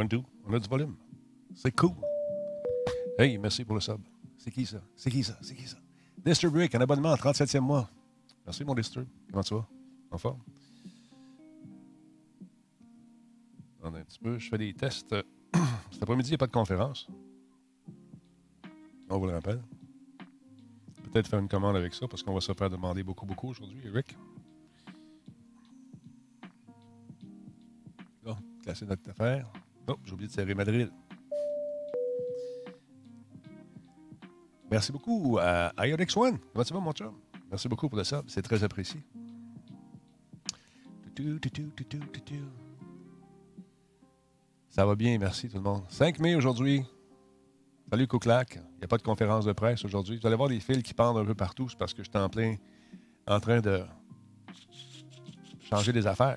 1, 2, on a du volume. C'est cool. Hey, merci pour le sub. C'est qui ça? C'est qui ça? C'est qui ça? Disturb Rick, un abonnement en 37e mois. Merci, mon Disturb. Comment tu vas? En forme? Attendez un petit peu, je fais des tests. Cet après-midi, il n'y a pas de conférence. On vous le rappelle. Peut-être faire une commande avec ça, parce qu'on va se faire demander beaucoup aujourd'hui, Rick. Bon, classer notre affaire. Oh, j'ai oublié de serrer ma drill. Merci beaucoup à IODX One. Comment tu vas, mon chum? Merci beaucoup pour le sub. C'est très apprécié. Ça va bien, merci tout le monde. 5 mai aujourd'hui. Salut, Couclac. Il n'y a pas de conférence de presse aujourd'hui. Vous allez voir des fils qui pendent un peu partout. C'est parce que je suis en train de changer des affaires.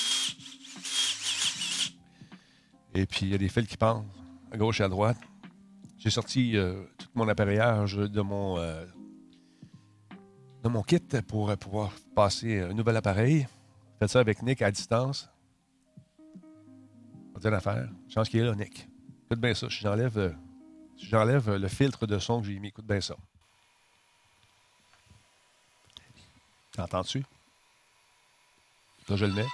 Et puis, il y a des fils qui pendent à gauche et à droite. J'ai sorti tout mon appareillage de mon kit pour pouvoir passer un nouvel appareil. Faites ça avec Nick à distance. On va dire l'affaire. Chance qu'il est là, Nick. Écoute bien ça. Si j'enlève le filtre de son que j'ai mis. Écoute bien ça. T'entends-tu? Là, je le mets.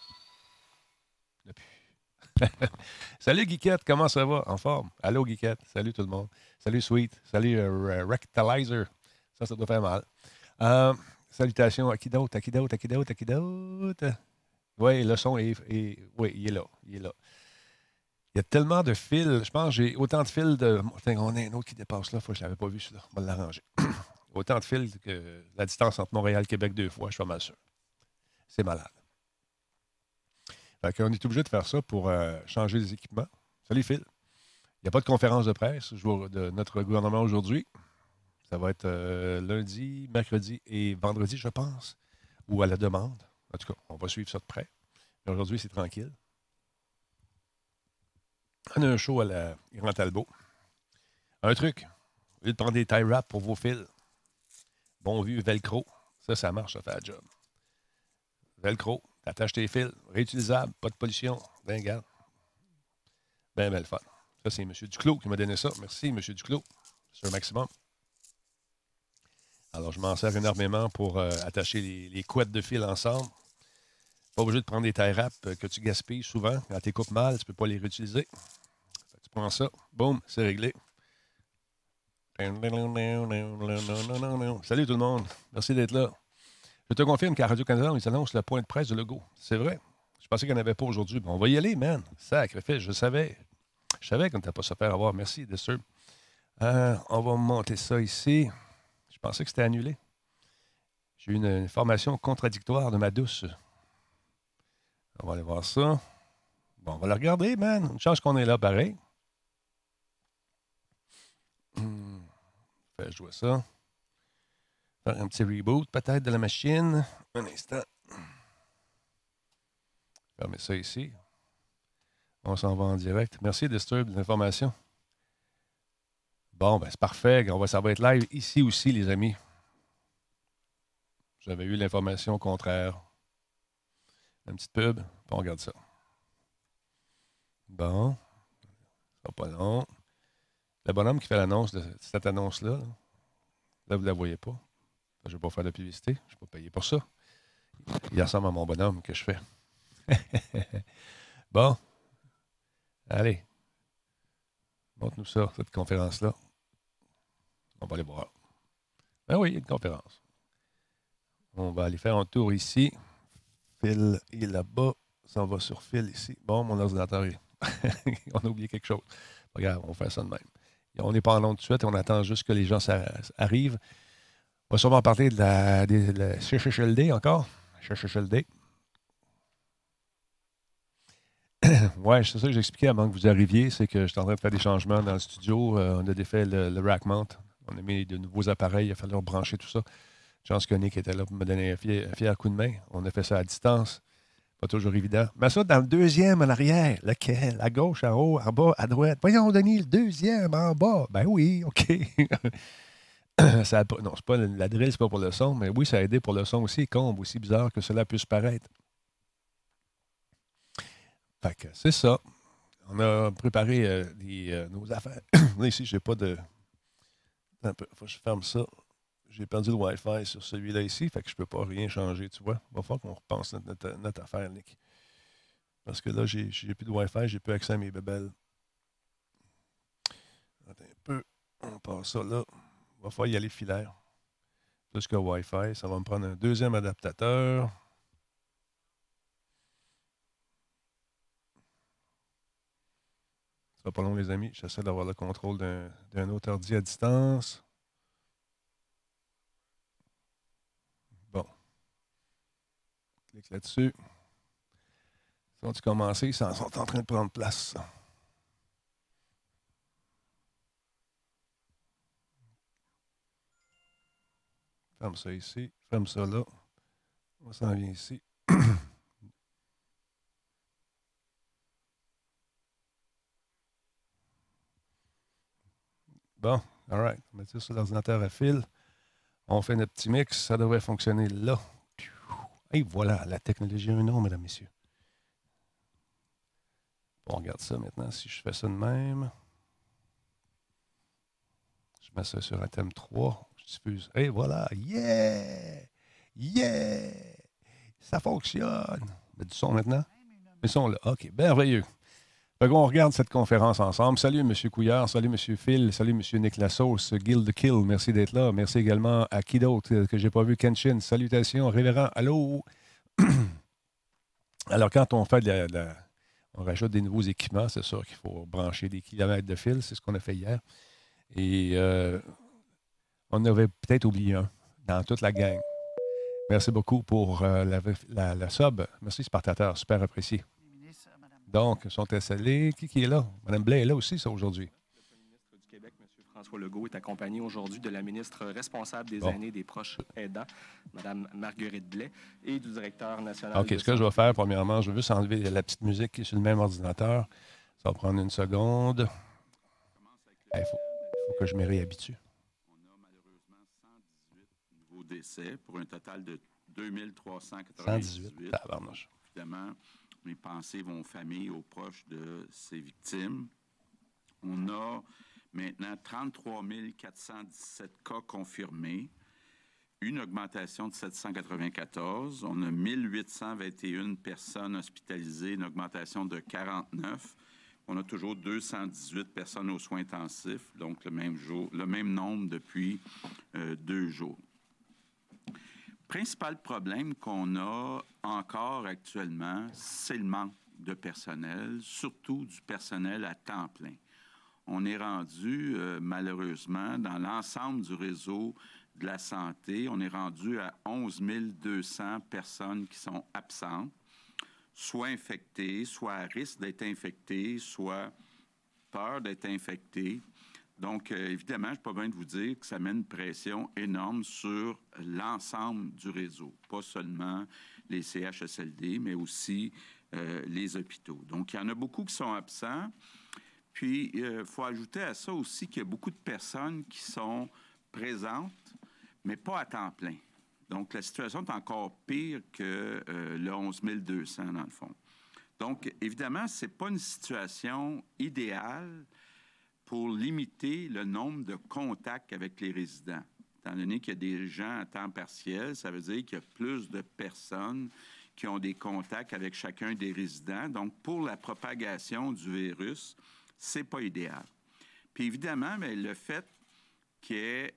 Salut, Geekette. Comment ça va? En forme? Allô, Geekette. Salut, tout le monde. Salut, Sweet. Salut, Rectalizer. Ça doit faire mal. Salutations. À qui d'autre? Oui, le son oui, il est là. Il y a tellement de fils. Je pense que j'ai autant de fils de... On a un autre qui dépasse là. Faut que je ne l'avais pas vu, celui-là. On va l'arranger. Autant de fils que la distance entre Montréal et Québec 2 fois. Je suis pas mal sûr. C'est malade. Fait qu'on est obligé de faire ça pour changer les équipements. Salut, Phil. Il n'y a pas de conférence de presse de notre gouvernement aujourd'hui. Ça va être lundi, mercredi et vendredi, je pense, ou à la demande. En tout cas, on va suivre ça de près. Mais aujourd'hui, c'est tranquille. On a un show à la Grand Talbot. Un truc, au lieu de prendre des tie wraps pour vos fils, bon vu Velcro, ça marche, ça fait la job. Velcro, t'attaches tes fils, réutilisable, pas de pollution. Ben, regarde. Ben, le fun. Ça, c'est M. Duclos qui m'a donné ça. Merci, M. Duclos. C'est un maximum. Alors, je m'en sers énormément pour attacher les couettes de fil ensemble. Pas obligé de prendre des tie wraps que tu gaspilles souvent. Quand tu les coupes mal, tu ne peux pas les réutiliser. Tu prends ça, boum, c'est réglé. Salut tout le monde. Merci d'être là. Je te confirme qu'à Radio-Canada, ils annoncent le point de presse de Legault. C'est vrai. Je pensais qu'il n'y en avait pas aujourd'hui. Bon, on va y aller, man. Sacrifice, je savais. Je savais qu'on n'était pas se faire avoir. Merci, Disturb. On va monter ça ici. Je pensais que c'était annulé. J'ai eu une information contradictoire de ma douce. On va aller voir ça. Bon, on va la regarder, man. Une chance qu'on est là, pareil. Je vois ça. Faire un petit reboot, peut-être, de la machine. Un instant. Fermez ça ici. On s'en va en direct. Merci, Disturb, de l'information. Bon, ben c'est parfait. Ça va être live ici aussi, les amis. J'avais eu l'information contraire. Une petite pub, puis on regarde ça. Bon. Ça va pas long. Le bonhomme qui fait l'annonce de cette annonce-là, là, vous ne la voyez pas. Je ne vais pas faire de publicité. Je ne vais pas payer pour ça. Il ressemble à mon bonhomme que je fais. Bon. Allez. Montre-nous ça, cette conférence-là. On va aller voir. Ben oui, il y a une conférence. On va aller faire un tour ici. Phil est là-bas. Ça va sur Phil ici. Bon, mon ordinateur est... on a oublié quelque chose. Regarde, on va faire ça de même. On n'est pas en long tout de suite. On attend juste que les gens arrivent. On va sûrement parler de la CHHLD encore. CHHLD. Oui, c'est ça que j'expliquais avant que vous arriviez. C'est que j'étais en train de faire des changements dans le studio. On a défait le rack mount. On a mis de nouveaux appareils. Il a fallu rebrancher tout ça. Chance que Nick était là pour me donner un fier coup de main. On a fait ça à distance. Pas toujours évident. Mais ça, dans le deuxième en arrière. Lequel? À gauche, en haut, en bas, à droite. Voyons, Denis, le deuxième en bas. Ben oui, OK. Ça non, c'est pas la drill, c'est pas pour le son, mais oui, ça a aidé pour le son aussi. Comble, aussi bizarre que cela puisse paraître. Fait que c'est ça. On a préparé nos affaires. Là, ici, j'ai pas de. Attends un peu, faut que je ferme ça. J'ai perdu le Wi-Fi sur celui-là ici, fait que je peux pas rien changer, tu vois. Il va falloir qu'on repense notre affaire, Nick. Parce que là, j'ai plus de Wi-Fi, j'ai plus accès à mes bébelles. Attends un peu. On passe ça là. Il va falloir y aller filaire. Plus que Wi-Fi. Ça va me prendre un deuxième adaptateur. Ça va pas long, les amis. J'essaie d'avoir le contrôle d'un autre ordi à distance. Bon. Clique là-dessus. Ils ont-ils commencé? Ils sont en train de prendre place. Ferme ça ici. Ferme ça là. On s'en vient ici. Bon, all right. On met ça sur l'ordinateur à fil. On fait notre petit mix. Ça devrait fonctionner là. Et voilà, la technologie a un nom, mesdames, messieurs. On regarde ça maintenant. Si je fais ça de même, je mets ça sur un thème 3. Je diffuse. Et voilà. Yeah! Yeah! Ça fonctionne. On met du son maintenant. Le son là. OK, merveilleux. Fait qu'on regarde cette conférence ensemble. Salut, M. Couillard. Salut, M. Phil. Salut, M. Nick Lassos. Guild Kill. Merci d'être là. Merci également à qui d'autre que j'ai pas vu. Kenshin. Salutations. Révérend. Allô? Alors, quand on fait on rajoute des nouveaux équipements, c'est sûr qu'il faut brancher des kilomètres de fil. C'est ce qu'on a fait hier. Et on avait peut-être oublié un dans toute la gang. Merci beaucoup pour la sub. Merci, Spartateur. Super apprécié. Donc, ils sont installés. Qui est là? Mme Blais est là aussi, ça, aujourd'hui. Le premier ministre du Québec, M. François Legault, est accompagné aujourd'hui de la ministre responsable des aînés des proches aidants, Mme Marguerite Blais, et du directeur national OK, ce que je vais faire, premièrement, je vais juste enlever la petite musique qui est sur le même ordinateur. Ça va prendre une seconde. Il faut que je me réhabitue. On a malheureusement 118 nouveaux décès pour un total de 2398. 118, tabarnouche. Évidemment, mes pensées vont aux familles, aux proches de ces victimes. On a maintenant 33 417 cas confirmés, une augmentation de 794. On a 1821 personnes hospitalisées, une augmentation de 49. On a toujours 218 personnes aux soins intensifs, donc le même nombre depuis 2 jours. Principal problème qu'on a encore actuellement, c'est le manque de personnel, surtout du personnel à temps plein. On est rendu, malheureusement, dans l'ensemble du réseau de la santé, on est rendu à 11 200 personnes qui sont absentes, soit infectées, soit à risque d'être infectées, soit peur d'être infectées. Donc, évidemment, je n'ai pas besoin de vous dire que ça met une pression énorme sur l'ensemble du réseau, pas seulement les CHSLD, mais aussi les hôpitaux. Donc, il y en a beaucoup qui sont absents. Puis, il faut ajouter à ça aussi qu'il y a beaucoup de personnes qui sont présentes, mais pas à temps plein. Donc, la situation est encore pire que le 11 200, dans le fond. Donc, évidemment, ce n'est pas une situation idéale pour limiter le nombre de contacts avec les résidents. Étant donné qu'il y a des gens à temps partiel, ça veut dire qu'il y a plus de personnes qui ont des contacts avec chacun des résidents. Donc, pour la propagation du virus, c'est pas idéal. Puis évidemment, mais le fait qu'il y ait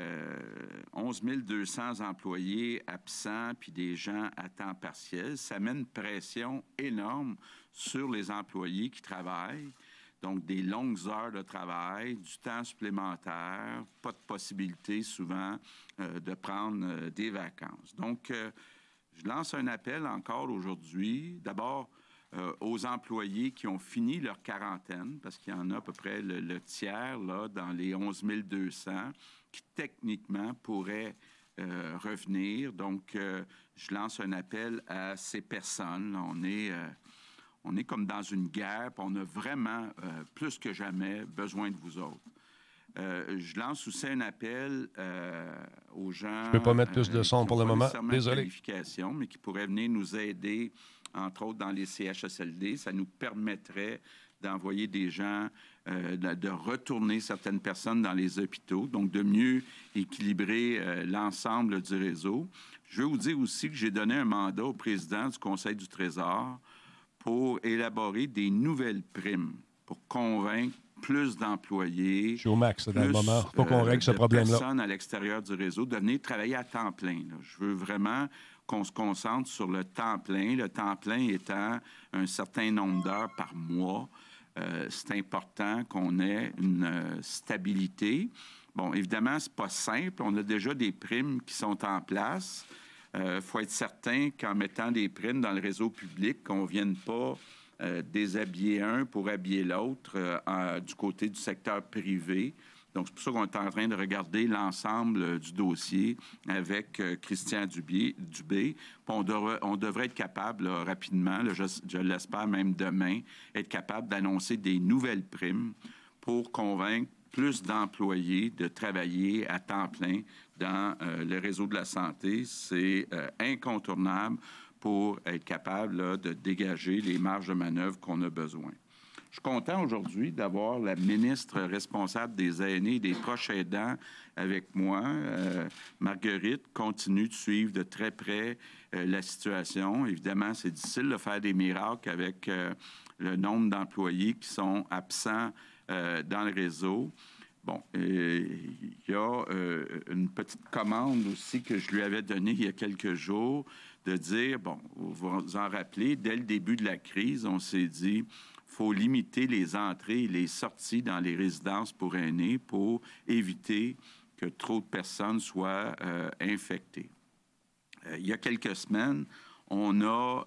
11 200 employés absents puis des gens à temps partiel, ça met une pression énorme sur les employés qui travaillent. Donc, des longues heures de travail, du temps supplémentaire, pas de possibilité souvent de prendre des vacances. Donc, je lance un appel encore aujourd'hui. D'abord, aux employés qui ont fini leur quarantaine, parce qu'il y en a à peu près le tiers là, dans les 11 200 qui techniquement pourraient revenir. Donc, je lance un appel à ces personnes. Là, on est comme dans une guerre, puis on a vraiment, plus que jamais, besoin de vous autres. Je lance aussi un appel aux gens... Je ne peux pas mettre plus de son pour le moment. Désolé. Mais qui pourraient venir nous aider, entre autres dans les CHSLD. Ça nous permettrait d'envoyer des gens, de retourner certaines personnes dans les hôpitaux, donc de mieux équilibrer l'ensemble du réseau. Je veux vous dire aussi que j'ai donné un mandat au président du Conseil du Trésor pour élaborer des nouvelles primes pour convaincre plus d'employés. Je suis au max dans le moment. Il faut qu'on règle ce problème-là. Personnes à l'extérieur du réseau de venir travailler à temps plein. Là. Je veux vraiment qu'on se concentre sur le temps plein étant un certain nombre d'heures par mois. C'est important qu'on ait une stabilité. Bon, évidemment, c'est pas simple. On a déjà des primes qui sont en place. Faut être certain qu'en mettant des primes dans le réseau public, qu'on ne vienne pas déshabiller un pour habiller l'autre du côté du secteur privé. Donc, c'est pour ça qu'on est en train de regarder l'ensemble du dossier avec Christian Dubé. Puis on devrait être capable, là, rapidement, là, je l'espère même demain, être capable d'annoncer des nouvelles primes pour convaincre plus d'employés de travailler à temps plein dans le réseau de la santé. C'est incontournable pour être capable là, de dégager les marges de manœuvre qu'on a besoin. Je suis content aujourd'hui d'avoir la ministre responsable des aînés et des proches aidants avec moi. Marguerite continue de suivre de très près la situation. Évidemment, c'est difficile de faire des miracles avec le nombre d'employés qui sont absents dans le réseau. Bon, il y a une petite commande aussi que je lui avais donnée il y a quelques jours de dire, bon, vous vous en rappelez, dès le début de la crise, on s'est dit, il faut limiter les entrées et les sorties dans les résidences pour aînés pour éviter que trop de personnes soient infectées. Il y a quelques semaines, on a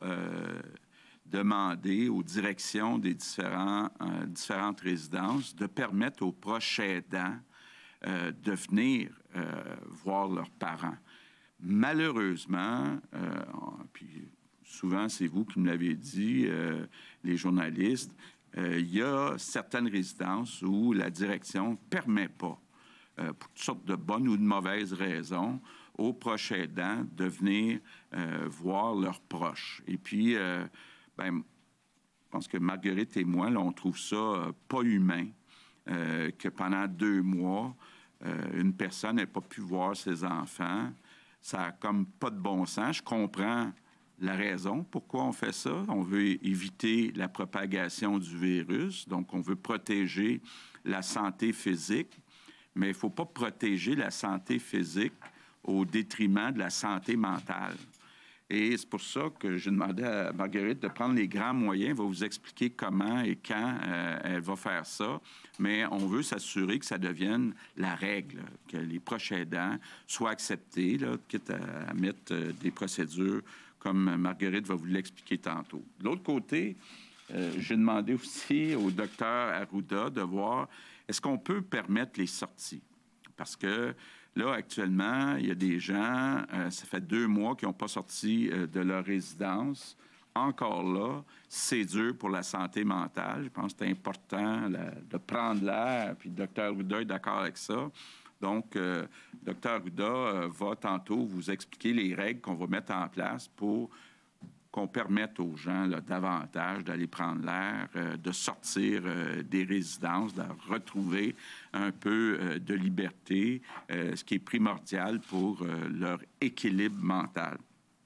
demandé aux directions des différentes résidences de permettre aux proches aidants de venir voir leurs parents. Malheureusement, puis souvent c'est vous qui me l'avez dit, les journalistes, il y a certaines résidences où la direction ne permet pas, pour toutes sortes de bonnes ou de mauvaises raisons, aux proches aidants de venir voir leurs proches. Et puis, je pense que Marguerite et moi, là, on trouve ça pas humain que pendant 2 mois, une personne n'ait pas pu voir ses enfants. Ça n'a comme pas de bon sens. Je comprends la raison pourquoi on fait ça. On veut éviter la propagation du virus, donc on veut protéger la santé physique, mais il ne faut pas protéger la santé physique au détriment de la santé mentale. Et c'est pour ça que j'ai demandé à Marguerite de prendre les grands moyens. Elle va vous expliquer comment et quand elle va faire ça. Mais on veut s'assurer que ça devienne la règle, que les proches aidants soient acceptés, là, quitte à mettre des procédures comme Marguerite va vous l'expliquer tantôt. De l'autre côté, j'ai demandé aussi au docteur Arruda de voir est-ce qu'on peut permettre les sorties. Parce que là, actuellement, il y a des gens, ça fait 2 mois qui n'ont pas sorti de leur résidence. Encore là, c'est dur pour la santé mentale. Je pense que c'est important de prendre l'air, puis le docteur Arruda est d'accord avec ça. Donc, docteur Arruda va tantôt vous expliquer les règles qu'on va mettre en place pour qu'on permette aux gens là, davantage d'aller prendre l'air, de sortir des résidences, de retrouver un peu de liberté, ce qui est primordial pour leur équilibre mental.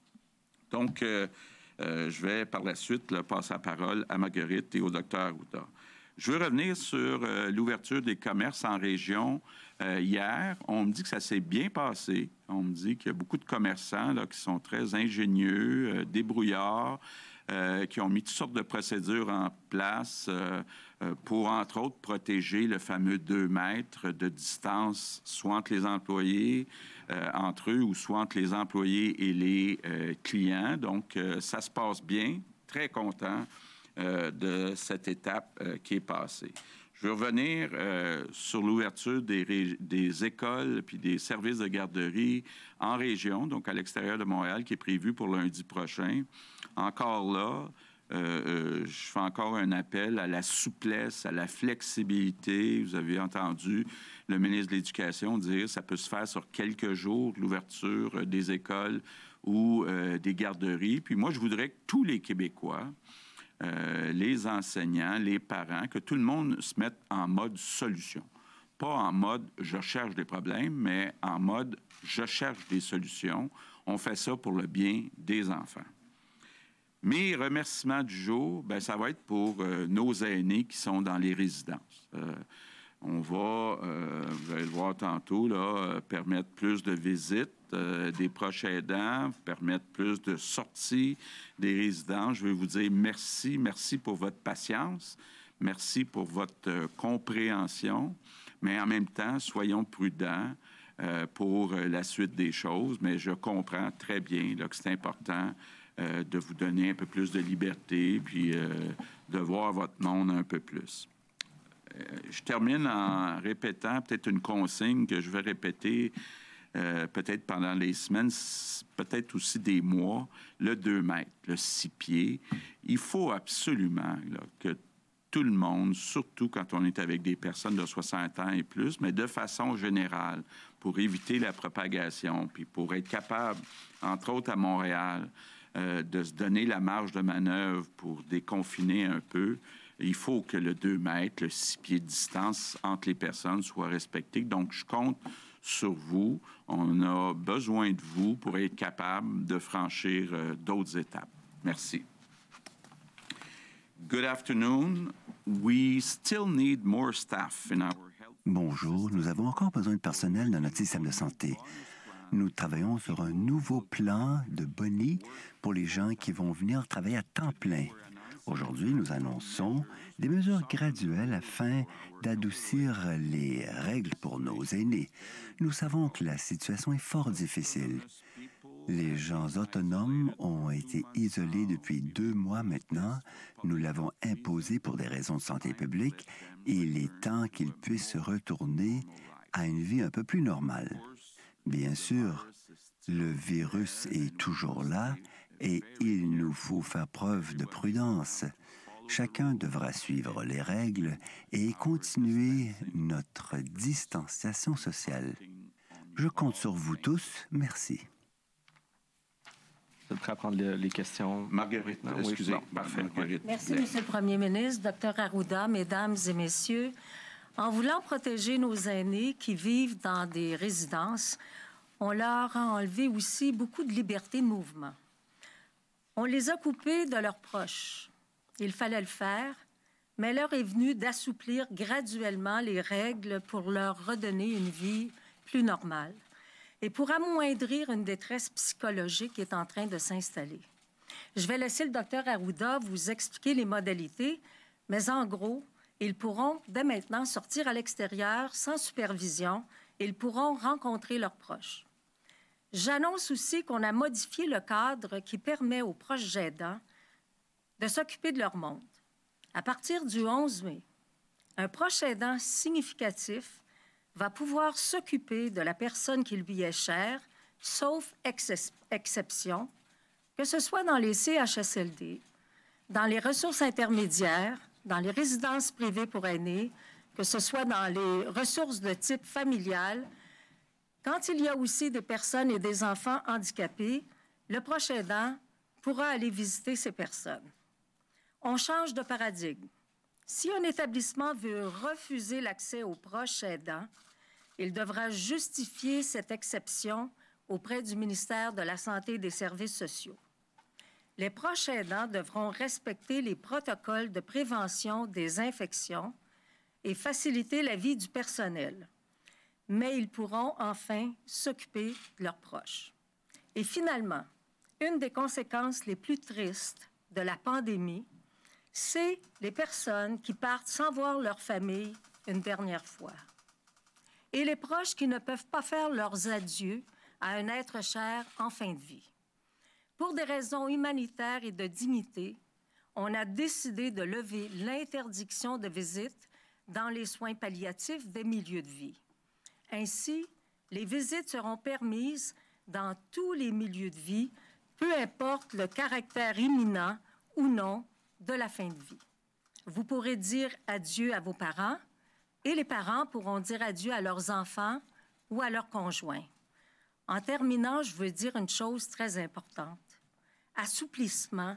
Donc, je vais par la suite là, passer la parole à Marguerite et au docteur Arruda. Je veux revenir sur l'ouverture des commerces en région. Hier, on me dit que ça s'est bien passé. On me dit qu'il y a beaucoup de commerçants là, qui sont très ingénieux, débrouillards, qui ont mis toutes sortes de procédures en place pour, entre autres, protéger le fameux 2 mètres de distance, soit entre les employés, entre eux, ou soit entre les employés et les clients. Donc, ça se passe bien. Très content de cette étape qui est passée. Je veux revenir sur l'ouverture des écoles puis des services de garderie en région, donc à l'extérieur de Montréal, qui est prévu pour lundi prochain. Encore là, je fais encore un appel à la souplesse, à la flexibilité. Vous avez entendu le ministre de l'Éducation dire que ça peut se faire sur quelques jours, l'ouverture des écoles ou des garderies. Puis moi, je voudrais que tous les Québécois les enseignants, les parents, que tout le monde se mette en mode solution. Pas en mode « je cherche des problèmes », mais en mode « je cherche des solutions ». On fait ça pour le bien des enfants. Mes remerciements du jour, bien, ça va être pour nos aînés qui sont dans les résidences. On va, vous allez le voir tantôt, là, permettre plus de visites des proches aidants, permettre plus de sorties des résidents. Je veux vous dire merci. Merci pour votre patience. Merci pour votre compréhension. Mais en même temps, soyons prudents pour la suite des choses. Mais je comprends très bien là, que c'est important de vous donner un peu plus de liberté puis de voir votre monde un peu plus. Je termine en répétant peut-être une consigne que je vais répéter peut-être pendant les semaines, peut-être aussi des mois, le 2 mètres, le 6 pieds. Il faut absolument là, que tout le monde, surtout quand on est avec des personnes de 60 ans et plus, mais de façon générale, pour éviter la propagation, puis pour être capable, entre autres à Montréal, de se donner la marge de manœuvre pour déconfiner un peu, il faut que le 2 mètres, le 6 pieds de distance entre les personnes soit respecté. Donc, je compte sur vous. On a besoin de vous pour être capable de franchir d'autres étapes. Merci. Good afternoon. We still need more staff in our health. Bonjour, nous avons encore besoin de personnel dans notre système de santé. Nous travaillons sur un nouveau plan de boni pour les gens qui vont venir travailler à temps plein. Aujourd'hui, nous annonçons des mesures graduelles afin d'adoucir les règles pour nos aînés. Nous savons que la situation est fort difficile. Les gens autonomes ont été isolés depuis 2 mois maintenant. Nous l'avons imposé pour des raisons de santé publique et il est temps qu'ils puissent retourner à une vie un peu plus normale. Bien sûr, le virus est toujours là et il nous faut faire preuve de prudence. Chacun devra suivre les règles et continuer notre distanciation sociale. Je compte sur vous tous. Merci. Vous êtes prêt à prendre les questions? Marguerite, excusez. Oui, parfait. Marguerite. Merci, Monsieur le Premier ministre, Dr Arruda, Mesdames et Messieurs. En voulant protéger nos aînés qui vivent dans des résidences, on leur a enlevé aussi beaucoup de liberté de mouvement. On les a coupés de leurs proches. Il fallait le faire, mais l'heure est venue d'assouplir graduellement les règles pour leur redonner une vie plus normale et pour amoindrir une détresse psychologique qui est en train de s'installer. Je vais laisser le docteur Arruda vous expliquer les modalités, mais en gros, ils pourront dès maintenant sortir à l'extérieur sans supervision et ils pourront rencontrer leurs proches. J'annonce aussi qu'on a modifié le cadre qui permet aux proches aidants de s'occuper de leur monde. À partir du 11 mai, un proche aidant significatif va pouvoir s'occuper de la personne qui lui est chère, sauf exception, que ce soit dans les CHSLD, dans les ressources intermédiaires, dans les résidences privées pour aînés, que ce soit dans les ressources de type familial. Quand il y a aussi des personnes et des enfants handicapés, le proche aidant pourra aller visiter ces personnes. On change de paradigme. Si un établissement veut refuser l'accès aux proches aidants, il devra justifier cette exception auprès du ministère de la Santé et des Services sociaux. Les proches aidants devront respecter les protocoles de prévention des infections et faciliter la vie du personnel. Mais ils pourront enfin s'occuper de leurs proches. Et finalement, une des conséquences les plus tristes de la pandémie, c'est les personnes qui partent sans voir leur famille une dernière fois. Et les proches qui ne peuvent pas faire leurs adieux à un être cher en fin de vie. Pour des raisons humanitaires et de dignité, on a décidé de lever l'interdiction de visite dans les soins palliatifs des milieux de vie. Ainsi, les visites seront permises dans tous les milieux de vie, peu importe le caractère imminent ou non de la fin de vie. Vous pourrez dire adieu à vos parents et les parents pourront dire adieu à leurs enfants ou à leurs conjoints. En terminant, je veux dire une chose très importante. Assouplissement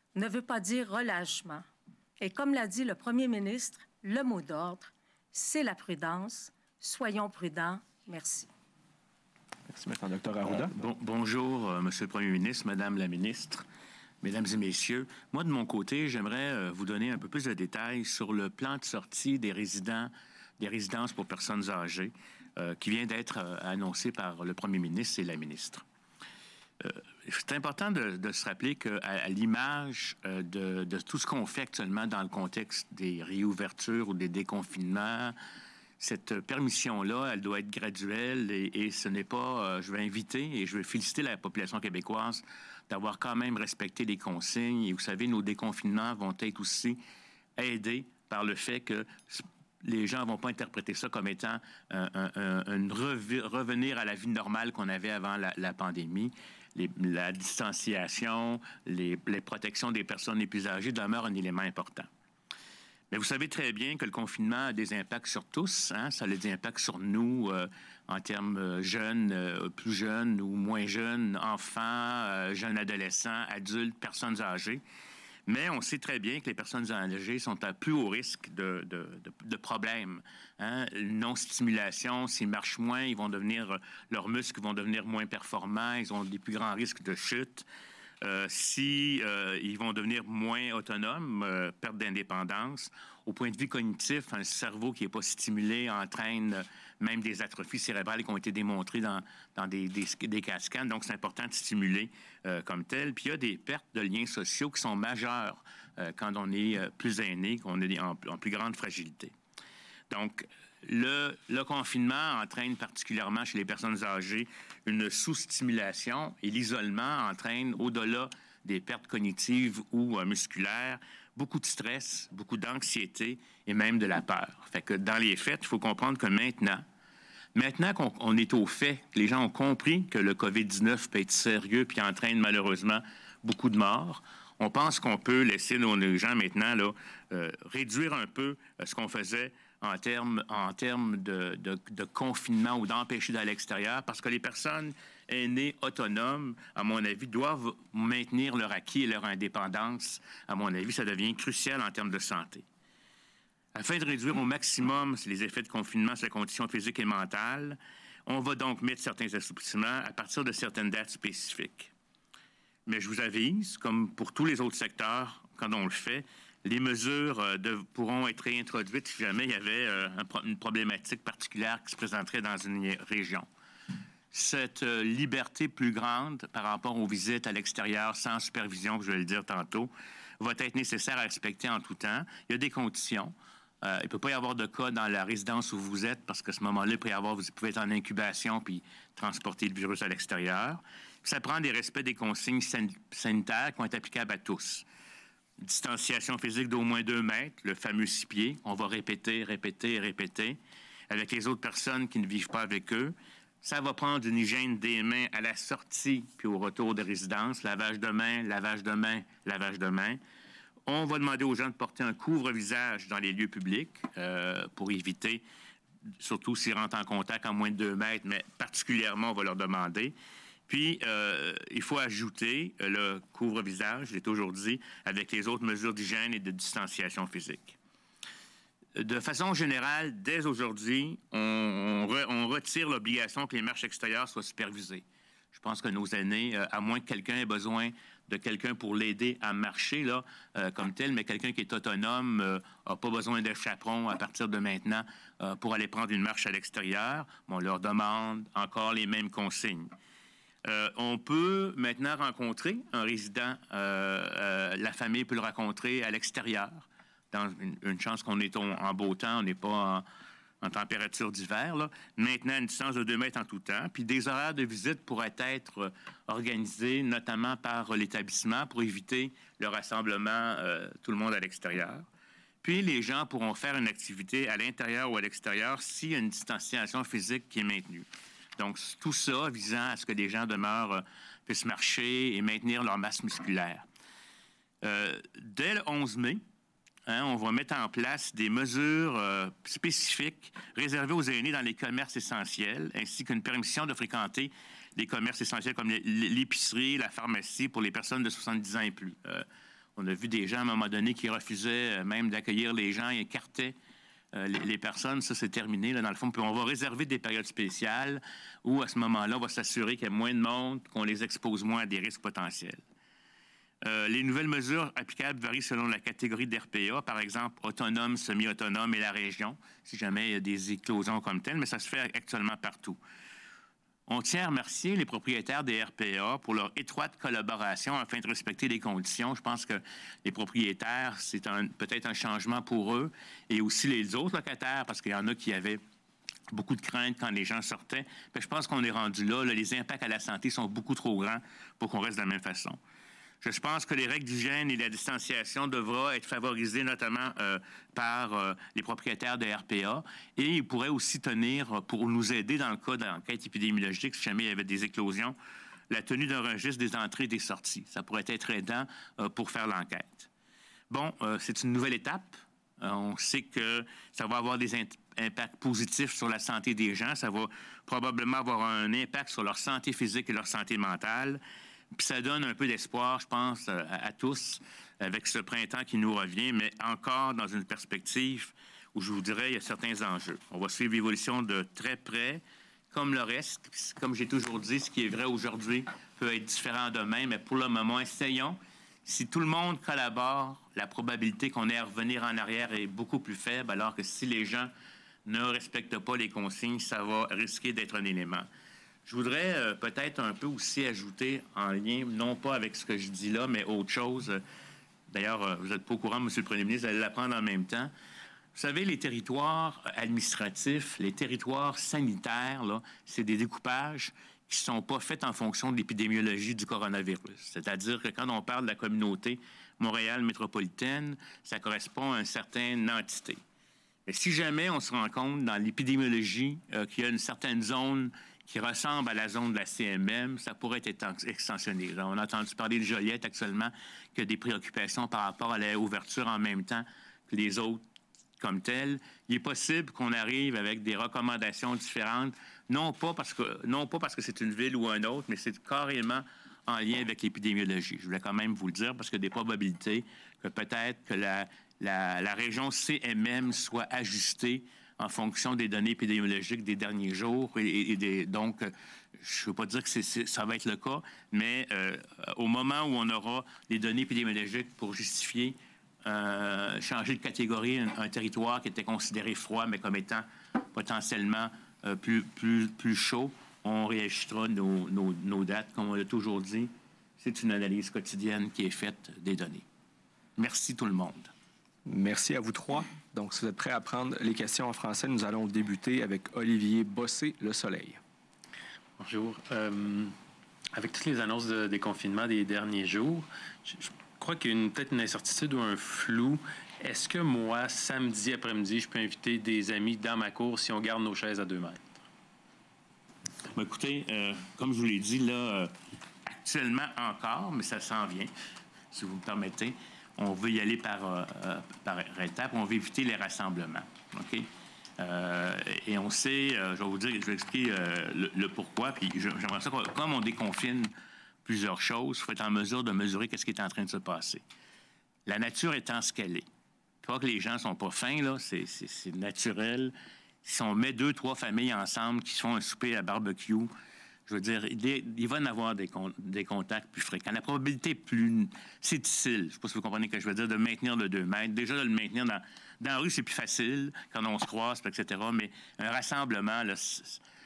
ne veut pas dire relâchement. Et comme l'a dit le premier ministre, le mot d'ordre, c'est la prudence. Soyons prudents. Merci. Merci maintenant, Dr. Arruda. Bonjour, Monsieur le Premier ministre, Madame la ministre, Mesdames et Messieurs. Moi, de mon côté, j'aimerais vous donner un peu plus de détails sur le plan de sortie des résidences pour personnes âgées qui vient d'être annoncé par le Premier ministre et la ministre. C'est important de se rappeler qu'à l'image de tout ce qu'on fait actuellement dans le contexte des réouvertures ou des déconfinements, cette permission-là, elle doit être graduelle et ce n'est pas... je veux inviter et je veux féliciter la population québécoise d'avoir quand même respecté les consignes. Et vous savez, nos déconfinements vont être aussi aidés par le fait que les gens ne vont pas interpréter ça comme étant revenir à la vie normale qu'on avait avant la pandémie. La distanciation, les protections des personnes les plus âgées demeurent un élément important. Mais vous savez très bien que le confinement a des impacts sur tous. Hein? Ça a des impacts sur nous en termes jeunes, plus jeunes ou moins jeunes, enfants, jeunes adolescents, adultes, personnes âgées. Mais on sait très bien que les personnes âgées sont à plus haut risque de problèmes. Hein? Non-stimulation, s'ils marchent moins, leurs muscles vont devenir moins performants, ils ont des plus grands risques de chute. Ils vont devenir moins autonomes, perte d'indépendance. Au point de vue cognitif, un cerveau qui n'est pas stimulé entraîne même des atrophies cérébrales qui ont été démontrées dans des cascades. Donc, c'est important de stimuler comme tel. Puis, il y a des pertes de liens sociaux qui sont majeures quand on est plus aîné, qu'on est en plus grande fragilité. Donc, le confinement entraîne particulièrement chez les personnes âgées une sous-stimulation et l'isolement entraîne, au-delà des pertes cognitives ou musculaires, beaucoup de stress, beaucoup d'anxiété et même de la peur. Fait que dans les faits, il faut comprendre que maintenant qu'on est au fait, que les gens ont compris que le COVID-19 peut être sérieux puis entraîne malheureusement beaucoup de morts, on pense qu'on peut laisser nos gens maintenant là, réduire un peu ce qu'on faisait en termes de confinement ou d'empêcher d'aller à l'extérieur, parce que les personnes aînées autonomes, à mon avis, doivent maintenir leur acquis et leur indépendance. À mon avis, ça devient crucial en termes de santé. Afin de réduire au maximum les effets de confinement sur la condition physique et mentale, on va donc mettre certains assouplissements à partir de certaines dates spécifiques. Mais je vous avise, comme pour tous les autres secteurs, quand on le fait, les mesures pourront être réintroduites si jamais il y avait une problématique particulière qui se présenterait dans une région. Cette liberté plus grande par rapport aux visites à l'extérieur sans supervision, que je vais le dire tantôt, va être nécessaire à respecter en tout temps. Il y a des conditions. Il ne peut pas y avoir de cas dans la résidence où vous êtes parce qu'à ce moment-là, vous pouvez être en incubation puis transporter le virus à l'extérieur. Ça prend des respects des consignes sanitaires qui vont être applicables à tous. Distanciation physique d'au moins 2 mètres, le fameux 6 pieds. On va répéter avec les autres personnes qui ne vivent pas avec eux. Ça va prendre une hygiène des mains à la sortie puis au retour de résidence. Lavage de mains, lavage de mains, lavage de mains. On va demander aux gens de porter un couvre-visage dans les lieux publics pour éviter, surtout s'ils rentrent en contact en moins de 2 mètres, mais particulièrement, on va leur demander. Puis, il faut ajouter le couvre-visage, je l'ai toujours dit, avec les autres mesures d'hygiène et de distanciation physique. De façon générale, dès aujourd'hui, on retire l'obligation que les marches extérieures soient supervisées. Je pense que nos aînés, à moins que quelqu'un ait besoin de quelqu'un pour l'aider à marcher là, comme tel, mais quelqu'un qui est autonome n'a pas besoin de chaperon à partir de maintenant pour aller prendre une marche à l'extérieur. On leur demande encore les mêmes consignes. On peut maintenant rencontrer un résident, la famille peut le rencontrer à l'extérieur. Dans une chance qu'on est en beau temps, on n'est pas en température d'hiver. Là. Maintenant, une distance de 2 mètres en tout temps. Puis des horaires de visite pourraient être organisés, notamment par l'établissement, pour éviter le rassemblement, tout le monde à l'extérieur. Puis les gens pourront faire une activité à l'intérieur ou à l'extérieur s'il y a une distanciation physique qui est maintenue. Donc, tout ça visant à ce que les gens puissent marcher et maintenir leur masse musculaire. Dès le 11 mai, on va mettre en place des mesures spécifiques réservées aux aînés dans les commerces essentiels, ainsi qu'une permission de fréquenter les commerces essentiels comme l'épicerie, la pharmacie pour les personnes de 70 ans et plus. On a vu des gens, à un moment donné, qui refusaient même d'accueillir les gens et écartaient les personnes. Ça, c'est terminé, là, dans le fond. Puis on va réserver des périodes spéciales où, à ce moment-là, on va s'assurer qu'il y a moins de monde, qu'on les expose moins à des risques potentiels. Les nouvelles mesures applicables varient selon la catégorie d'RPA, par exemple autonome, semi-autonome et la région, si jamais il y a des éclosions comme telles, mais ça se fait actuellement partout. On tient à remercier les propriétaires des RPA pour leur étroite collaboration afin de respecter les conditions. Je pense que les propriétaires, c'est peut-être un changement pour eux et aussi les autres locataires, parce qu'il y en a qui avaient beaucoup de craintes quand les gens sortaient. Mais je pense qu'on est rendu là. Les impacts à la santé sont beaucoup trop grands pour qu'on reste de la même façon. Je pense que les règles d'hygiène et la distanciation devront être favorisées notamment par les propriétaires de RPA et ils pourraient aussi tenir, pour nous aider dans le cas d'enquête épidémiologique, si jamais il y avait des éclosions, la tenue d'un registre des entrées et des sorties. Ça pourrait être aidant pour faire l'enquête. Bon, c'est une nouvelle étape. On sait que ça va avoir des impacts positifs sur la santé des gens. Ça va probablement avoir un impact sur leur santé physique et leur santé mentale. Puis ça donne un peu d'espoir, je pense, à tous, avec ce printemps qui nous revient, mais encore dans une perspective où, je vous dirais, il y a certains enjeux. On va suivre l'évolution de très près, comme le reste. Comme j'ai toujours dit, ce qui est vrai aujourd'hui peut être différent demain, mais pour le moment, essayons. Si tout le monde collabore, la probabilité qu'on ait à revenir en arrière est beaucoup plus faible, alors que si les gens ne respectent pas les consignes, ça va risquer d'être un élément. Je voudrais peut-être un peu aussi ajouter en lien, non pas avec ce que je dis là, mais autre chose. D'ailleurs, vous n'êtes pas au courant, M. le Premier ministre, vous allez l'apprendre en même temps. Vous savez, les territoires administratifs, les territoires sanitaires, là, c'est des découpages qui ne sont pas faits en fonction de l'épidémiologie du coronavirus. C'est-à-dire que quand on parle de la communauté Montréal métropolitaine, ça correspond à une certaine entité. Mais si jamais on se rend compte dans l'épidémiologie qu'il y a une certaine zone qui ressemble à la zone de la CMM, ça pourrait être extensionné. On a entendu parler de Joliette actuellement, qui a des préoccupations par rapport à l'ouverture en même temps que les autres comme telles. Il est possible qu'on arrive avec des recommandations différentes, non pas parce que c'est une ville ou un autre, mais c'est carrément en lien avec l'épidémiologie. Je voulais quand même vous le dire, parce qu'il y a des probabilités que peut-être que la région CMM soit ajustée en fonction des données épidémiologiques des derniers jours. Donc, je ne veux pas dire que ça va être le cas, mais au moment où on aura des données épidémiologiques pour justifier changer de catégorie un territoire qui était considéré froid, mais comme étant potentiellement plus chaud, on réajustera nos dates. Comme on l'a toujours dit, c'est une analyse quotidienne qui est faite des données. Merci tout le monde. Merci à vous trois. Donc, si vous êtes prêts à prendre les questions en français, nous allons débuter avec Olivier Bossé, Le Soleil. Bonjour. Avec toutes les annonces de déconfinement des derniers jours, je crois qu'il y a peut-être une incertitude ou un flou. Est-ce que moi, samedi après-midi, je peux inviter des amis dans ma cour si on garde nos chaises à 2 mètres? Bien, écoutez, comme je vous l'ai dit, là, actuellement encore, mais ça s'en vient, si vous me permettez. On veut y aller par étapes. On veut éviter les rassemblements. OK? Et on sait, je vais vous expliquer le pourquoi. Puis j'aimerais ça, comme on déconfine plusieurs choses, il faut être en mesure de mesurer ce qui est en train de se passer. La nature étant ce qu'elle est. Pas que les gens ne sont pas fins, là, c'est naturel. Si on met 2-3 familles ensemble qui se font un souper à barbecue, je veux dire, il va y en avoir des contacts plus fréquents. La probabilité est plus... C'est difficile, je ne sais pas si vous comprenez ce que je veux dire, de maintenir le 2 mètres. Déjà, de le maintenir dans la rue, c'est plus facile quand on se croise, etc. Mais un rassemblement, là, je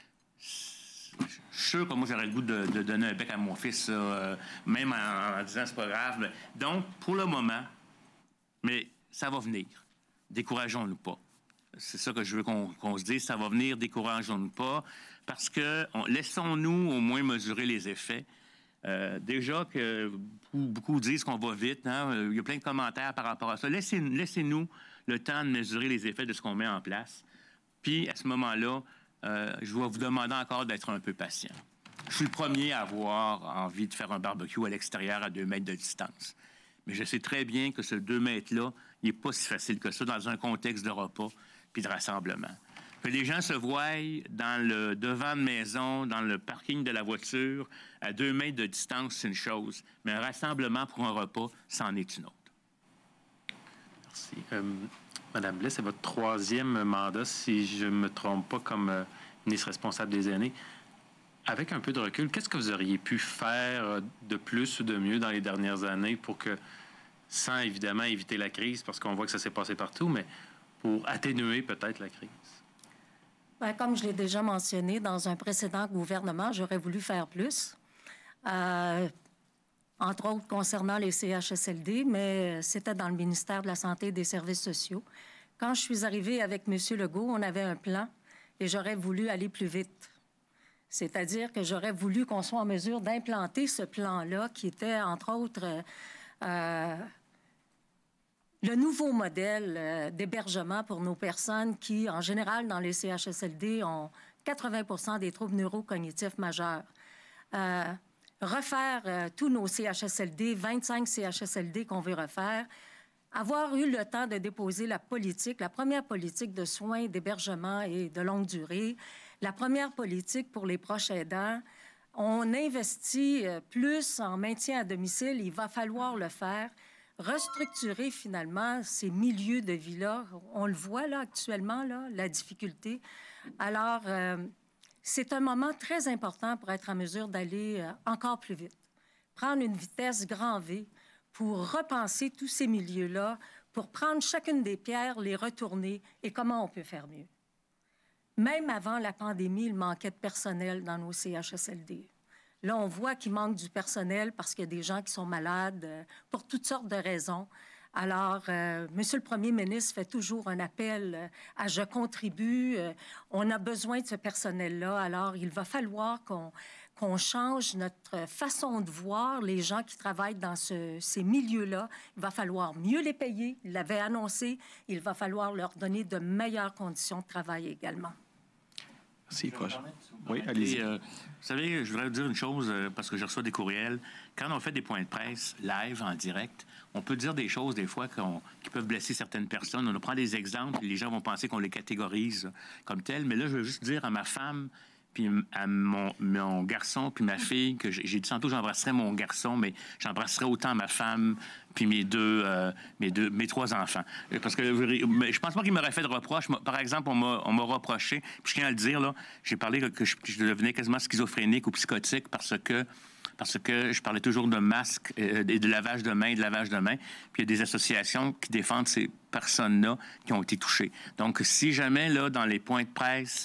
suis sûr que moi, j'aurais le goût de donner un bec à mon fils, même en disant c'est pas grave. Donc, pour le moment, mais ça va venir. Décourageons-nous pas. C'est ça que je veux qu'on se dise. Ça va venir, décourageons-nous pas. Parce que laissons-nous au moins mesurer les effets. Déjà que beaucoup disent qu'on va vite. Hein? Il y a plein de commentaires par rapport à ça. Laissez-nous le temps de mesurer les effets de ce qu'on met en place. Puis, à ce moment-là, je vais vous demander encore d'être un peu patient. Je suis le premier à avoir envie de faire un barbecue à l'extérieur à 2 mètres de distance. Mais je sais très bien que ce 2 mètres-là, il n'est pas si facile que ça dans un contexte de repas puis de rassemblement. Que les gens se voient dans le devant de maison, dans le parking de la voiture, à 2 mètres de distance, c'est une chose. Mais un rassemblement pour un repas, c'en est une autre. Merci. Madame Blais, c'est votre 3e mandat, si je ne me trompe pas, comme ministre responsable des aînés. Avec un peu de recul, qu'est-ce que vous auriez pu faire de plus ou de mieux dans les dernières années pour que, sans évidemment éviter la crise, parce qu'on voit que ça s'est passé partout, mais pour atténuer peut-être la crise? Bien, comme je l'ai déjà mentionné, dans un précédent gouvernement, j'aurais voulu faire plus. Entre autres concernant les CHSLD, mais c'était dans le ministère de la Santé et des Services sociaux. Quand je suis arrivée avec M. Legault, on avait un plan et j'aurais voulu aller plus vite. C'est-à-dire que j'aurais voulu qu'on soit en mesure d'implanter ce plan-là qui était, entre autres, le nouveau modèle d'hébergement pour nos personnes qui, en général, dans les CHSLD, ont 80 des troubles neurocognitifs majeurs. Refaire tous nos CHSLD, 25 CHSLD qu'on veut refaire, avoir eu le temps de déposer la première politique de soins, d'hébergement et de longue durée, la première politique pour les proches aidants. On investit plus en maintien à domicile, il va falloir le faire. Restructurer finalement ces milieux de vie-là, on le voit là actuellement, là, la difficulté. Alors, c'est un moment très important pour être en mesure d'aller encore plus vite. Prendre une vitesse grand V pour repenser tous ces milieux-là, pour prendre chacune des pierres, les retourner et comment on peut faire mieux. Même avant la pandémie, il manquait de personnel dans nos CHSLD. Là, on voit qu'il manque du personnel parce qu'il y a des gens qui sont malades pour toutes sortes de raisons. Alors, Monsieur le Premier ministre fait toujours un appel à « je contribue ». On a besoin de ce personnel-là. Alors, il va falloir qu'on change notre façon de voir les gens qui travaillent dans ces milieux-là. Il va falloir mieux les payer. Il l'avait annoncé. Il va falloir leur donner de meilleures conditions de travail également. Merci. Oui, allez-y. Vous savez, je voudrais vous dire une chose, parce que je reçois des courriels. Quand on fait des points de presse live, en direct, on peut dire des choses, des fois, qui peuvent blesser certaines personnes. On prend des exemples, les gens vont penser qu'on les catégorise comme tels. Mais là, je veux juste dire à ma femme, puis à mon garçon, puis ma fille, que j'ai dit tantôt j'embrasserais mon garçon, mais j'embrasserais autant ma femme, puis mes 3 enfants. Parce que je pense pas qu'il m'aurait fait de reproche. Par exemple, on m'a reproché, puis je tiens à le dire, là, j'ai parlé que je devenais quasiment schizophrénique ou psychotique parce que je parlais toujours de masques et de lavage de mains, puis il y a des associations qui défendent ces personnes-là qui ont été touchées. Donc, si jamais, là, dans les points de presse,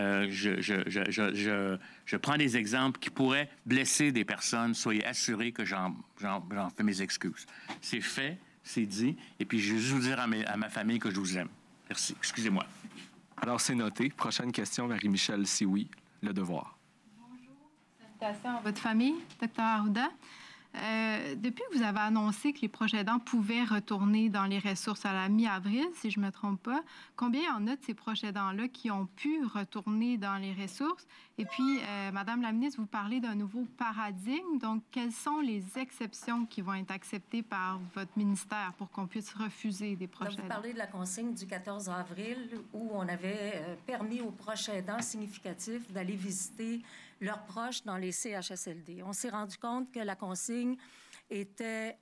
je prends des exemples qui pourraient blesser des personnes, soyez assurés que j'en fais mes excuses. C'est fait, c'est dit, et puis je vais juste vous dire à ma famille que je vous aime. Merci. Excusez-moi. Alors, c'est noté. Prochaine question, Marie-Michel Sioui, Le Devoir. Salutations à votre famille, Dr. Arruda. Depuis que vous avez annoncé que les proches aidants pouvaient retourner dans les ressources à la mi-avril, si je ne me trompe pas, combien il y en a de ces proches aidants-là qui ont pu retourner dans les ressources? Et puis, Madame la ministre, vous parlez d'un nouveau paradigme. Donc, quelles sont les exceptions qui vont être acceptées par votre ministère pour qu'on puisse refuser des proches aidants? Vous parlez de la consigne du 14 avril où on avait permis aux proches aidants significatifs d'aller visiter leurs proches dans les CHSLD. On s'est rendu compte que la consigne était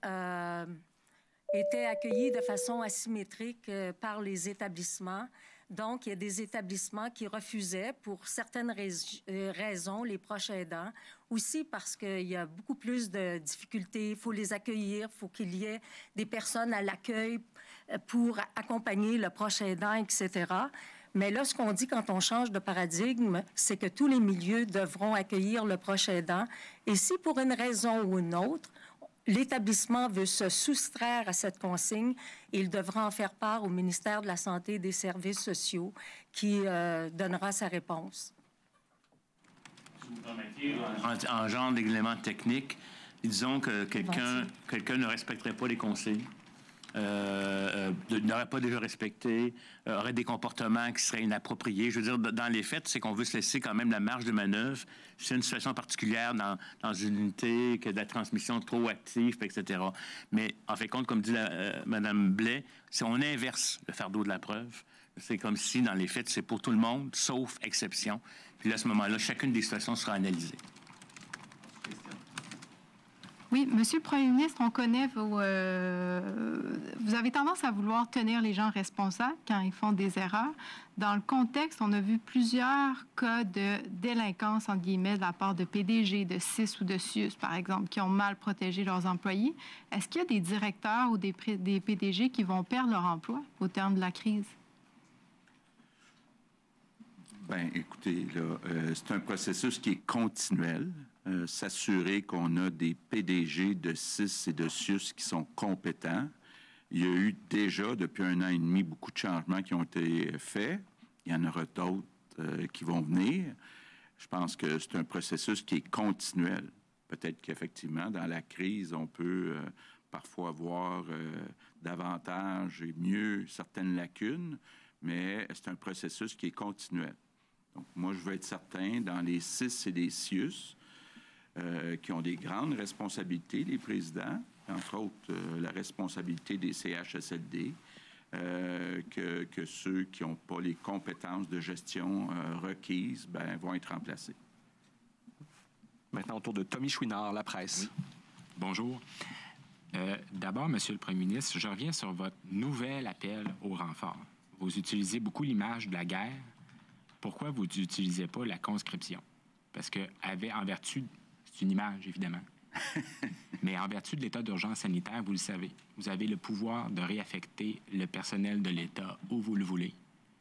accueillie de façon asymétrique par les établissements. Donc, il y a des établissements qui refusaient, pour certaines raisons, les proches aidants. Aussi parce qu'il y a beaucoup plus de difficultés. Il faut les accueillir, il faut qu'il y ait des personnes à l'accueil pour accompagner le proche aidant, etc. Mais là, ce qu'on dit quand on change de paradigme, c'est que tous les milieux devront accueillir le proche aidant. Et si, pour une raison ou une autre, l'établissement veut se soustraire à cette consigne, il devra en faire part au ministère de la Santé et des Services sociaux qui donnera sa réponse. Si vous permettez, en genre d'éléments techniques, disons que quelqu'un ne respecterait pas les consignes, n'aurait pas déjà respecté, aurait des comportements qui seraient inappropriés. Je veux dire, dans les faits, c'est qu'on veut se laisser quand même la marge de manœuvre. C'est une situation particulière dans une unité, que de la transmission trop active, etc. Mais en fait, compte, comme dit Mme Blais, si on inverse le fardeau de la preuve, c'est comme si, dans les faits, c'est pour tout le monde, sauf exception. Puis là, à ce moment-là, chacune des situations sera analysée. Oui, Monsieur le Premier ministre, on connaît vos... vous avez tendance à vouloir tenir les gens responsables quand ils font des erreurs. Dans le contexte, on a vu plusieurs cas de délinquance, entre guillemets, de la part de PDG, de CIS ou de CIUS, par exemple, qui ont mal protégé leurs employés. Est-ce qu'il y a des directeurs ou des PDG qui vont perdre leur emploi au terme de la crise? Bien, écoutez, là, c'est un processus qui est continuel. S'assurer qu'on a des PDG de CIS et de CIUS qui sont compétents. Il y a eu déjà, depuis 1 an et demi, beaucoup de changements qui ont été faits. Il y en aura d'autres qui vont venir. Je pense que c'est un processus qui est continuel. Peut-être qu'effectivement, dans la crise, on peut parfois voir davantage et mieux certaines lacunes, mais c'est un processus qui est continuel. Donc, moi, je veux être certain, dans les CIS et les CIUS, qui ont des grandes responsabilités, les présidents, entre autres la responsabilité des CHSLD, que ceux qui n'ont pas les compétences de gestion requises vont être remplacés. Maintenant, au tour de Tommy Chouinard, La Presse. Oui. Bonjour. D'abord, Monsieur le Premier ministre, je reviens sur votre nouvel appel au renfort. Vous utilisez beaucoup l'image de la guerre. Pourquoi vous n'utilisez pas la conscription? Parce que, en vertu... C'est une image, évidemment. Mais en vertu de l'état d'urgence sanitaire, vous le savez, vous avez le pouvoir de réaffecter le personnel de l'État où vous le voulez,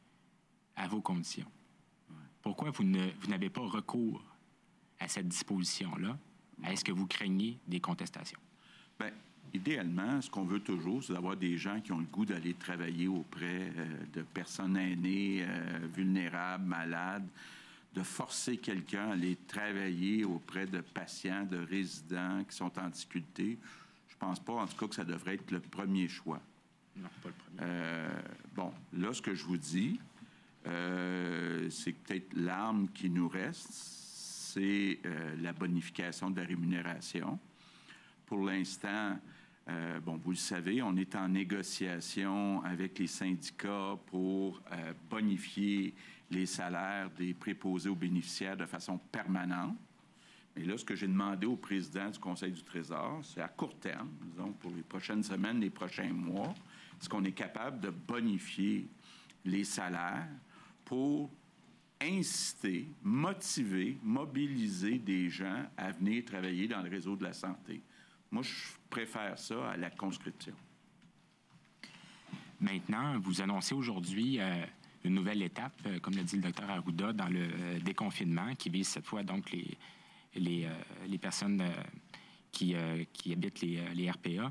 à vos conditions. Pourquoi vous n'avez pas recours à cette disposition-là? Est-ce que vous craignez des contestations? Bien, idéalement, ce qu'on veut toujours, c'est d'avoir des gens qui ont le goût d'aller travailler auprès de personnes aînées, vulnérables, malades, de forcer quelqu'un à aller travailler auprès de patients, de résidents qui sont en difficulté. Je ne pense pas, en tout cas, que ça devrait être le premier choix. Non, pas le premier. Bon, là, ce que je vous dis, c'est que peut-être l'arme qui nous reste, c'est la bonification de la rémunération. Pour l'instant, bon, vous le savez, on est en négociation avec les syndicats pour bonifier les salaires des préposés aux bénéficiaires de façon permanente. Mais là, ce que j'ai demandé au président du Conseil du Trésor, c'est à court terme, disons, pour les prochaines semaines, les prochains mois, est-ce qu'on est capable de bonifier les salaires pour inciter, motiver, mobiliser des gens à venir travailler dans le réseau de la santé. Moi, je préfère ça à la conscription. Maintenant, vous annoncez aujourd'hui une nouvelle étape, comme l'a dit le docteur Arruda, dans le déconfinement, qui vise cette fois donc les personnes qui habitent les RPA.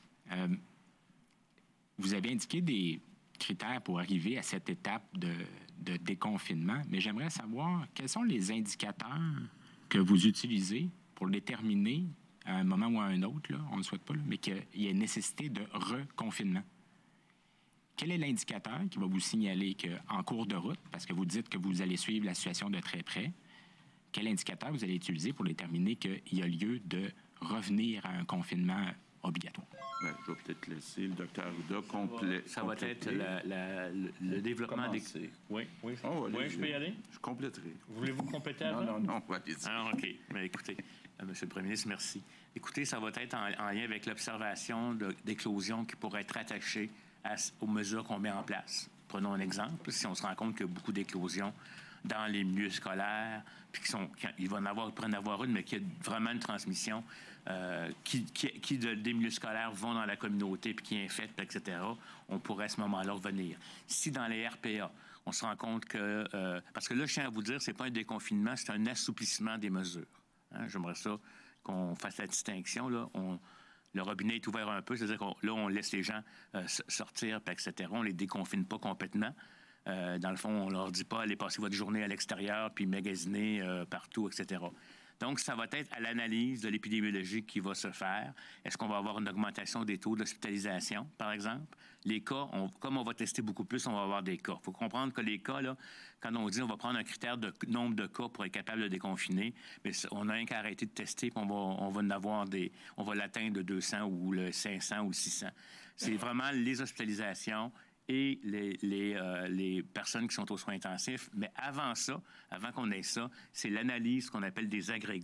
Vous avez indiqué des critères pour arriver à cette étape de déconfinement, mais j'aimerais savoir quels sont les indicateurs que vous utilisez pour déterminer à un moment ou à un autre, là, on ne le souhaite pas, là, mais qu'il y ait nécessité de reconfinement. Quel est l'indicateur qui va vous signaler qu'en cours de route, parce que vous dites que vous allez suivre la situation de très près, quel indicateur vous allez utiliser pour déterminer qu'il y a lieu de revenir à un confinement obligatoire? Bien, je vais peut-être laisser le docteur Arruda compléter. Ça va être le développement des... Oui, je peux y aller? Je compléterai. Voulez-vous compléter avant? Non, allez-y. Ah, OK. Bien, écoutez, Monsieur le Premier ministre, merci. Écoutez, ça va être en lien avec l'observation d'éclosions qui pourraient être attachées aux mesures qu'on met en place. Prenons un exemple. Si on se rend compte qu'il y a beaucoup d'éclosions dans les milieux scolaires, puis il pourrait en avoir une, mais qu'il y a vraiment une transmission qui des milieux scolaires vont dans la communauté puis qui infectent, etc., on pourrait à ce moment-là revenir. Si dans les RPA, on se rend compte que... parce que là, je tiens à vous dire, c'est pas un déconfinement, c'est un assouplissement des mesures. Hein? J'aimerais ça qu'on fasse la distinction, là. Le robinet est ouvert un peu, c'est-à-dire on laisse les gens sortir, etc. On ne les déconfine pas complètement. Dans le fond, on ne leur dit pas « allez passer votre journée à l'extérieur puis magasiner partout, etc. » Donc, ça va être à l'analyse de l'épidémiologie qui va se faire. Est-ce qu'on va avoir une augmentation des taux d'hospitalisation, par exemple? Les cas, comme on va tester beaucoup plus, on va avoir des cas. Il faut comprendre que les cas, là, quand on dit on va prendre un critère de nombre de cas pour être capable de déconfiner, mais on n'a rien qu'à arrêter de tester, puis on va l'atteindre de 200 ou le 500 ou le 600. C'est vraiment les hospitalisations et les personnes qui sont aux soins intensifs. Mais avant ça, avant qu'on ait ça, c'est l'analyse qu'on appelle des agrégats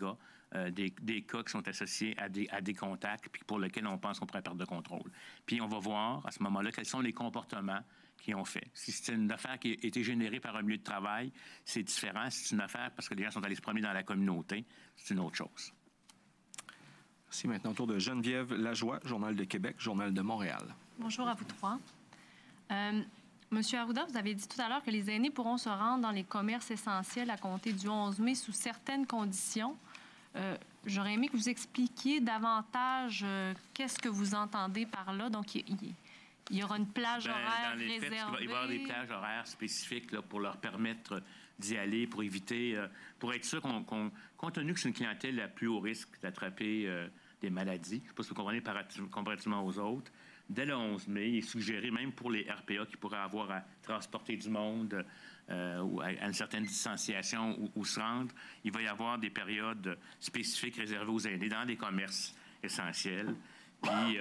des cas qui sont associés à des contacts, puis pour lesquels on pense qu'on pourrait perdre de contrôle. Puis on va voir à ce moment-là quels sont les comportements qu'ils ont fait. Si c'est une affaire qui a été générée par un milieu de travail, c'est différent. Si c'est une affaire parce que les gens sont allés se promener dans la communauté, c'est une autre chose. Merci. Maintenant, au tour de Geneviève Lajoie, Journal de Québec, Journal de Montréal. Bonjour à vous trois. Monsieur Arruda, vous avez dit tout à l'heure que les aînés pourront se rendre dans les commerces essentiels à compter du 11 mai sous certaines conditions. J'aurais aimé que vous expliquiez davantage qu'est-ce que vous entendez par là. Donc, il y aura une plage horaire réservée. Il va y avoir des plages horaires spécifiques là, pour leur permettre d'y aller, pour éviter, pour être sûr compte tenu que c'est une clientèle à plus haut risque d'attraper des maladies, je ne sais pas si vous comprenez comparativement aux autres, dès le 11 mai, il est suggéré, même pour les RPA qui pourraient avoir à transporter du monde ou à une certaine distanciation ou se rendre, il va y avoir des périodes spécifiques réservées aux aînés dans les commerces essentiels, puis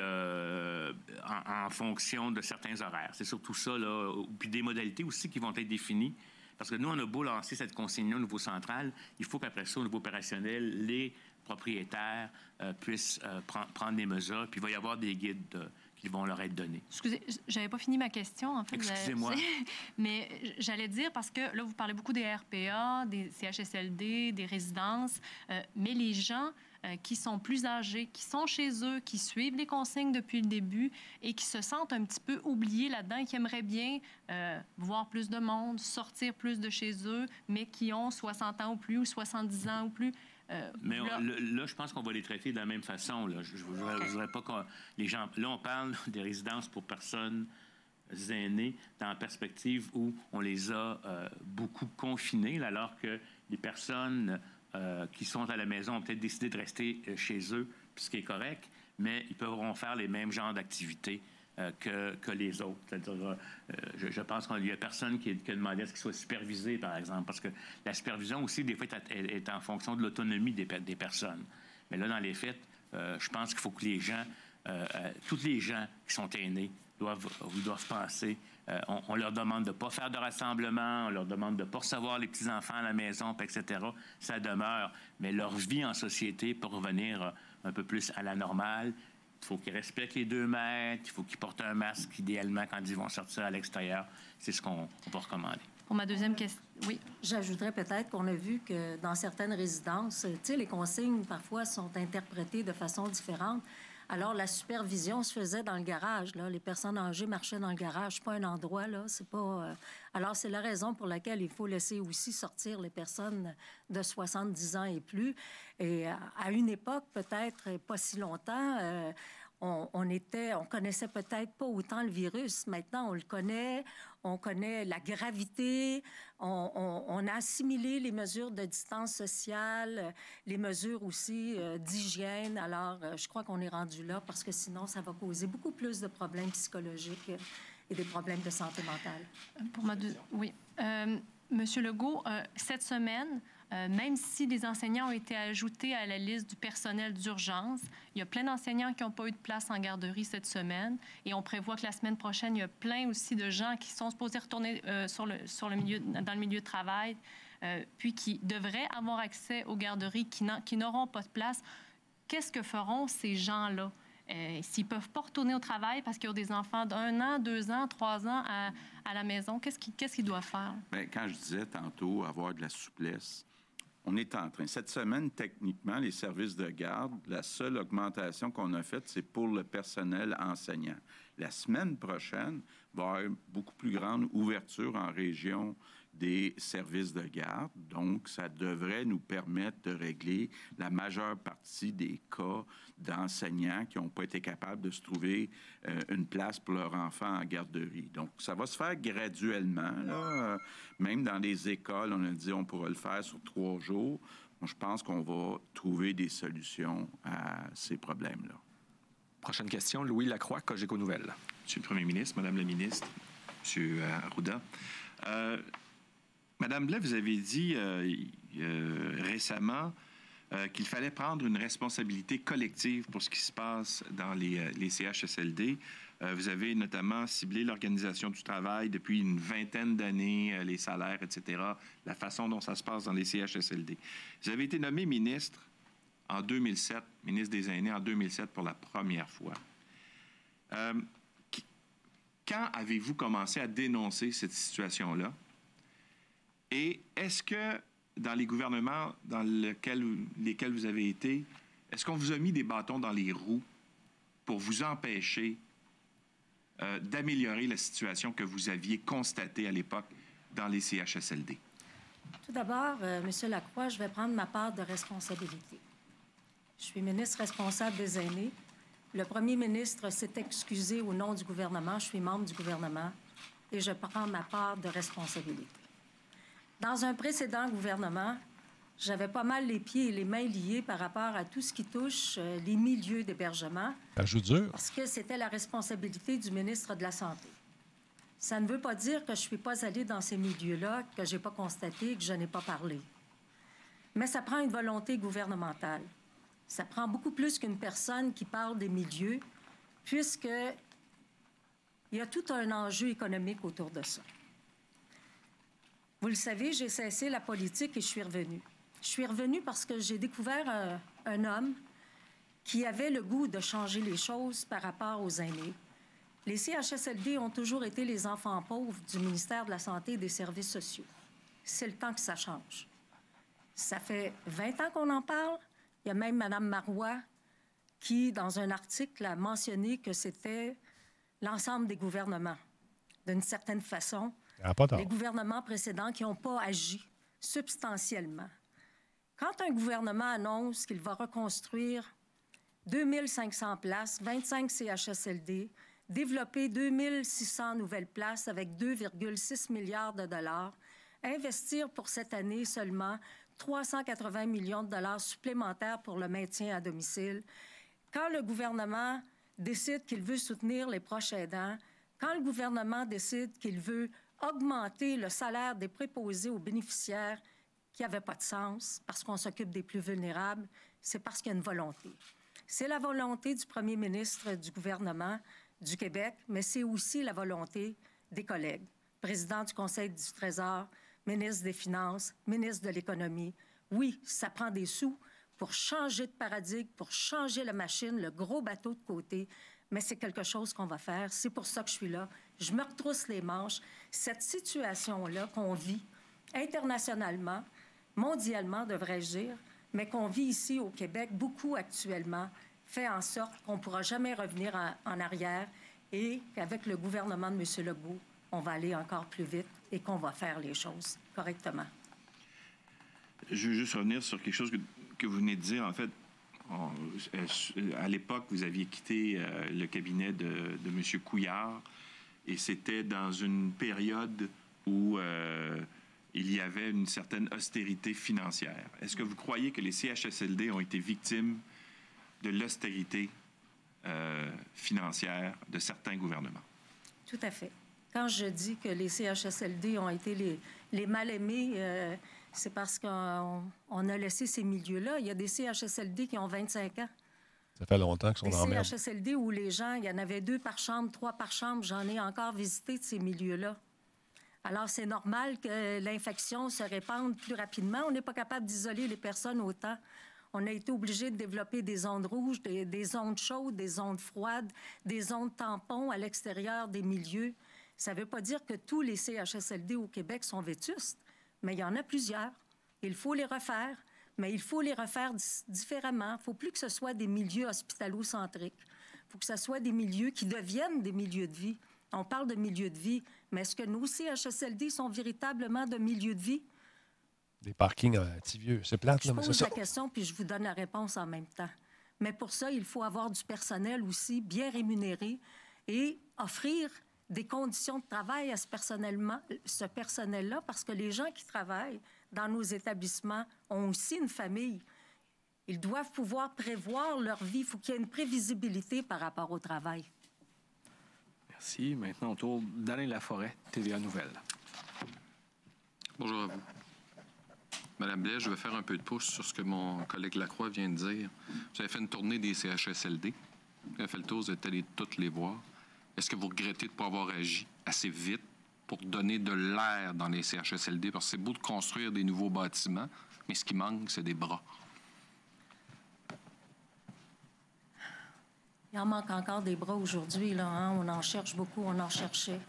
en fonction de certains horaires. C'est surtout ça, là, puis des modalités aussi qui vont être définies. Parce que nous, on a beau lancer cette consigne-là au niveau central, il faut qu'après ça, au niveau opérationnel, les propriétaires puissent prendre des mesures, puis il va y avoir des guides qui vont leur être donnés. Excusez, j'avais pas fini ma question, en fait. Excusez-moi. Mais j'allais dire, parce que là, vous parlez beaucoup des RPA, des CHSLD, des résidences, mais les gens qui sont plus âgés, qui sont chez eux, qui suivent les consignes depuis le début et qui se sentent un petit peu oubliés là-dedans et qui aimeraient bien voir plus de monde, sortir plus de chez eux, mais qui ont 60 ans ou plus ou 70 ans ou plus. Mais là, je pense qu'on va les traiter de la même façon. Là. Je ne voudrais pas que les gens... Là, on parle des résidences pour personnes aînées dans la perspective où on les a beaucoup confinés, là, alors que les personnes qui sont à la maison ont peut-être décidé de rester chez eux, ce qui est correct, mais ils pourront faire les mêmes genres d'activités que les autres. C'est-à-dire, je pense qu'il n'y a personne qui a demandé à ce qu'il soit supervisé, par exemple, parce que la supervision aussi, des fois, est en fonction de l'autonomie des personnes. Mais là, dans les faits, je pense qu'il faut que les gens, tous les gens qui sont aînés, doivent penser. On leur demande de ne pas faire de rassemblement, on leur demande de ne pas recevoir les petits-enfants à la maison, etc. Ça demeure. Mais leur vie en société peut revenir un peu plus à la normale. Il faut qu'ils respectent les 2 mètres, il faut qu'ils portent un masque, idéalement, quand ils vont sortir à l'extérieur. C'est ce qu'on va recommander. Pour ma deuxième question, oui. J'ajouterais peut-être qu'on a vu que dans certaines résidences, tu sais, les consignes, parfois, sont interprétées de façon différente. Alors, la supervision se faisait dans le garage. Là. Les personnes âgées marchaient dans le garage. C'est pas un endroit, là. C'est pas... Alors, c'est la raison pour laquelle il faut laisser aussi sortir les personnes de 70 ans et plus. Et à une époque, peut-être pas si longtemps, on connaissait peut-être pas autant le virus. Maintenant, on le connaît. On connaît la gravité. On a assimilé les mesures de distance sociale, les mesures aussi d'hygiène. Alors, je crois qu'on est rendu là parce que sinon, ça va causer beaucoup plus de problèmes psychologiques et des problèmes de santé mentale. Oui. Monsieur Legault, cette semaine, même si les enseignants ont été ajoutés à la liste du personnel d'urgence, il y a plein d'enseignants qui n'ont pas eu de place en garderie cette semaine. Et on prévoit que la semaine prochaine, il y a plein aussi de gens qui sont supposés retourner dans le milieu de travail, puis qui devraient avoir accès aux garderies, qui n'auront pas de place. Qu'est-ce que feront ces gens-là? S'ils ne peuvent pas retourner au travail parce qu'ils ont des enfants d'1 an, 2 ans, 3 ans à la maison, qu'est-ce qu'ils doivent faire? Bien, quand je disais tantôt avoir de la souplesse, on est en train. Cette semaine, techniquement, les services de garde, la seule augmentation qu'on a faite, c'est pour le personnel enseignant. La semaine prochaine, il va y avoir une beaucoup plus grande ouverture en région des services de garde. Donc, ça devrait nous permettre de régler la majeure partie des cas d'enseignants qui n'ont pas été capables de se trouver une place pour leur enfant en garderie. Donc, ça va se faire graduellement. Là. Même dans les écoles, on a dit on pourra le faire sur 3 jours. Moi, je pense qu'on va trouver des solutions à ces problèmes-là. Prochaine question, Louis Lacroix, Cogeco Nouvelles. Monsieur le Premier ministre, Madame la ministre, Monsieur Arruda. Madame Blais, vous avez dit récemment qu'il fallait prendre une responsabilité collective pour ce qui se passe dans les CHSLD. Vous avez notamment ciblé l'organisation du travail depuis une vingtaine d'années, les salaires, etc., la façon dont ça se passe dans les CHSLD. Vous avez été nommé ministre en 2007, ministre des Aînés en 2007 pour la première fois. Quand avez-vous commencé à dénoncer cette situation-là? Et est-ce que dans les gouvernements dans lesquels vous avez été, est-ce qu'on vous a mis des bâtons dans les roues pour vous empêcher d'améliorer la situation que vous aviez constatée à l'époque dans les CHSLD? Tout d'abord, M. Lacroix, je vais prendre ma part de responsabilité. Je suis ministre responsable des Aînés. Le premier ministre s'est excusé au nom du gouvernement. Je suis membre du gouvernement et je prends ma part de responsabilité. Dans un précédent gouvernement, j'avais pas mal les pieds et les mains liés par rapport à tout ce qui touche les milieux d'hébergement. Ça joue dur. Parce que c'était la responsabilité du ministre de la Santé. Ça ne veut pas dire que je ne suis pas allée dans ces milieux-là, que je n'ai pas constaté, que je n'ai pas parlé. Mais ça prend une volonté gouvernementale. Ça prend beaucoup plus qu'une personne qui parle des milieux, puisqu'il y a tout un enjeu économique autour de ça. Vous le savez, j'ai cessé la politique et je suis revenue. Je suis revenue parce que j'ai découvert un homme qui avait le goût de changer les choses par rapport aux aînés. Les CHSLD ont toujours été les enfants pauvres du ministère de la Santé et des Services sociaux. C'est le temps que ça change. Ça fait 20 ans qu'on en parle. Il y a même Mme Marois qui, dans un article, a mentionné que c'était l'ensemble des gouvernements, d'une certaine façon. Les gouvernements précédents qui n'ont pas agi substantiellement. Quand un gouvernement annonce qu'il va reconstruire 2500 places, 25 CHSLD, développer 2600 nouvelles places avec 2,6 milliards de dollars, investir pour cette année seulement 380 millions de dollars supplémentaires pour le maintien à domicile, quand le gouvernement décide qu'il veut soutenir les proches aidants, quand le gouvernement décide qu'il veut augmenter le salaire des préposés aux bénéficiaires qui n'avait pas de sens parce qu'on s'occupe des plus vulnérables, c'est parce qu'il y a une volonté. C'est la volonté du premier ministre du gouvernement du Québec, mais c'est aussi la volonté des collègues. Président du Conseil du Trésor, ministre des Finances, ministre de l'Économie. Oui, ça prend des sous pour changer de paradigme, pour changer la machine, le gros bateau de côté, mais c'est quelque chose qu'on va faire. C'est pour ça que je suis là. Je me retrousse les manches. Cette situation-là qu'on vit internationalement, mondialement, devrais-je dire, mais qu'on vit ici au Québec, beaucoup actuellement, fait en sorte qu'on ne pourra jamais revenir en arrière et qu'avec le gouvernement de M. Legault, on va aller encore plus vite et qu'on va faire les choses correctement. Je veux juste revenir sur quelque chose que vous venez de dire. En fait, à l'époque, vous aviez quitté le cabinet de M. Couillard et c'était dans une période où il y avait une certaine austérité financière. Est-ce que vous croyez que les CHSLD ont été victimes de l'austérité financière de certains gouvernements? Tout à fait. Quand je dis que les CHSLD ont été les mal-aimés, c'est parce qu'on a laissé ces milieux-là. Il y a des CHSLD qui ont 25 ans. Ça fait longtemps qu'ils sont dans la merde. Des CHSLD où les gens, il y en avait 2 par chambre, 3 par chambre. J'en ai encore visité de ces milieux-là. Alors, c'est normal que l'infection se répande plus rapidement. On n'est pas capable d'isoler les personnes autant. On a été obligé de développer des zones rouges, des zones chaudes, des zones froides, des zones tampons à l'extérieur des milieux. Ça ne veut pas dire que tous les CHSLD au Québec sont vétustes, mais il y en a plusieurs. Il faut les refaire, mais il faut les refaire différemment. Il ne faut plus que ce soit des milieux hospitalo-centriques. Il faut que ce soit des milieux qui deviennent des milieux de vie. On parle de milieux de vie, mais est-ce que nos CHSLD sont véritablement de milieux de vie? Des parkings vieux. C'est plate, là, mais c'est ça. Je pose la question, puis je vous donne la réponse en même temps. Mais pour ça, il faut avoir du personnel aussi bien rémunéré et offrir des conditions de travail à ce personnel-là, parce que les gens qui travaillent dans nos établissements ont aussi une famille. Ils doivent pouvoir prévoir leur vie. Il faut qu'il y ait une prévisibilité par rapport au travail. Merci. Maintenant, au tour d'Alain Laforêt, TVA Nouvelles. Bonjour à vous. Madame Blais, je vais faire un peu de pouce sur ce que mon collègue Lacroix vient de dire. Vous avez fait une tournée des CHSLD. Vous avez fait le tour, vous êtes allé toutes les voir. Est-ce que vous regrettez de ne pas avoir agi assez vite pour donner de l'air dans les CHSLD? Parce que c'est beau de construire des nouveaux bâtiments, mais ce qui manque, c'est des bras. Il en manque encore des bras aujourd'hui, là, hein? On en cherche beaucoup, on en cherchait.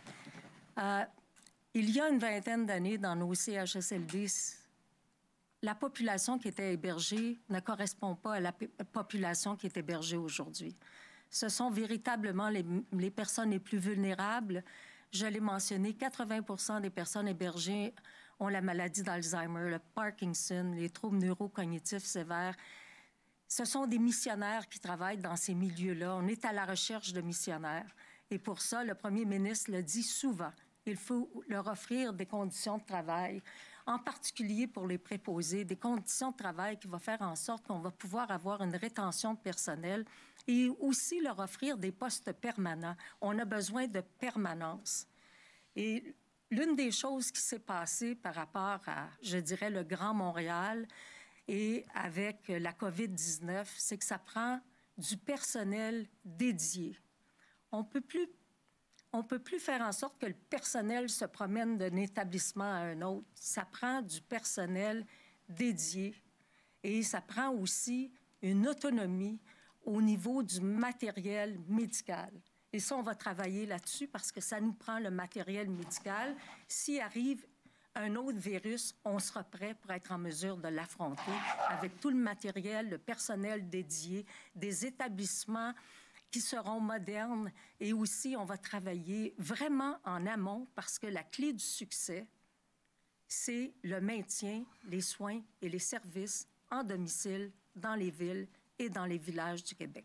Il y a une vingtaine d'années, dans nos CHSLD, la population qui était hébergée ne correspond pas à la population qui est hébergée aujourd'hui. Ce sont véritablement les personnes les plus vulnérables. Je l'ai mentionné, 80% des personnes hébergées ont la maladie d'Alzheimer, le Parkinson, les troubles neurocognitifs sévères. Ce sont des missionnaires qui travaillent dans ces milieux-là. On est à la recherche de missionnaires. Et pour ça, le premier ministre le dit souvent. Il faut leur offrir des conditions de travail, en particulier pour les préposés, des conditions de travail qui vont faire en sorte qu'on va pouvoir avoir une rétention de personnel et aussi leur offrir des postes permanents. On a besoin de permanence. Et l'une des choses qui s'est passée par rapport à, je dirais, le Grand Montréal et avec la COVID-19, c'est que ça prend du personnel dédié. On peut plus faire en sorte que le personnel se promène d'un établissement à un autre. Ça prend du personnel dédié et ça prend aussi une autonomie au niveau du matériel médical. Et ça, on va travailler là-dessus parce que ça nous prend le matériel médical. S'il arrive un autre virus, on sera prêt pour être en mesure de l'affronter avec tout le matériel, le personnel dédié, des établissements qui seront modernes et aussi on va travailler vraiment en amont parce que la clé du succès, c'est le maintien, les soins et les services en domicile, dans les villes et dans les villages du Québec.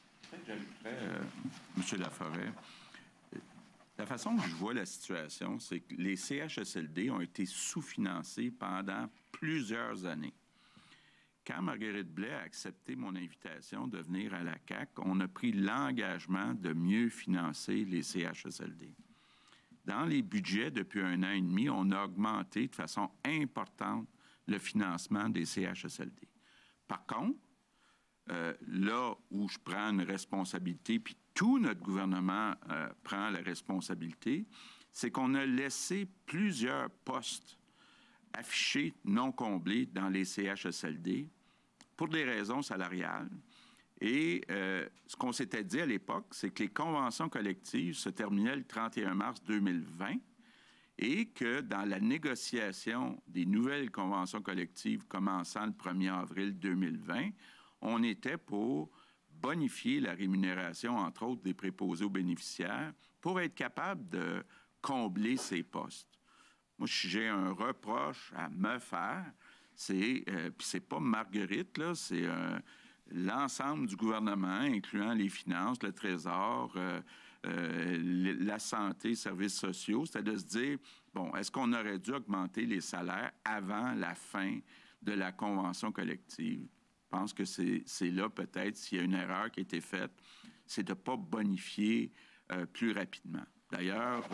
M. Laforêt, la façon que je vois la situation, c'est que les CHSLD ont été sous-financés pendant plusieurs années. Quand Marguerite Blais a accepté mon invitation de venir à la CAQ, on a pris l'engagement de mieux financer les CHSLD. Dans les budgets, depuis 1 an et demi, on a augmenté de façon importante le financement des CHSLD. Par contre, là où je prends une responsabilité, puis tout notre gouvernement prend la responsabilité, c'est qu'on a laissé plusieurs postes affichés non comblés dans les CHSLD pour des raisons salariales. Et ce qu'on s'était dit à l'époque, c'est que les conventions collectives se terminaient le 31 mars 2020 et que dans la négociation des nouvelles conventions collectives commençant le 1er avril 2020, on était pour bonifier la rémunération, entre autres, des préposés aux bénéficiaires pour être capable de combler ces postes. Moi, si j'ai un reproche à me faire, puis c'est pas Marguerite, là, c'est l'ensemble du gouvernement, incluant les finances, le Trésor, la santé, services sociaux, c'est de se dire, bon, est-ce qu'on aurait dû augmenter les salaires avant la fin de la convention collective? Je pense que c'est là peut-être s'il y a une erreur qui a été faite, c'est de ne pas bonifier plus rapidement. D'ailleurs,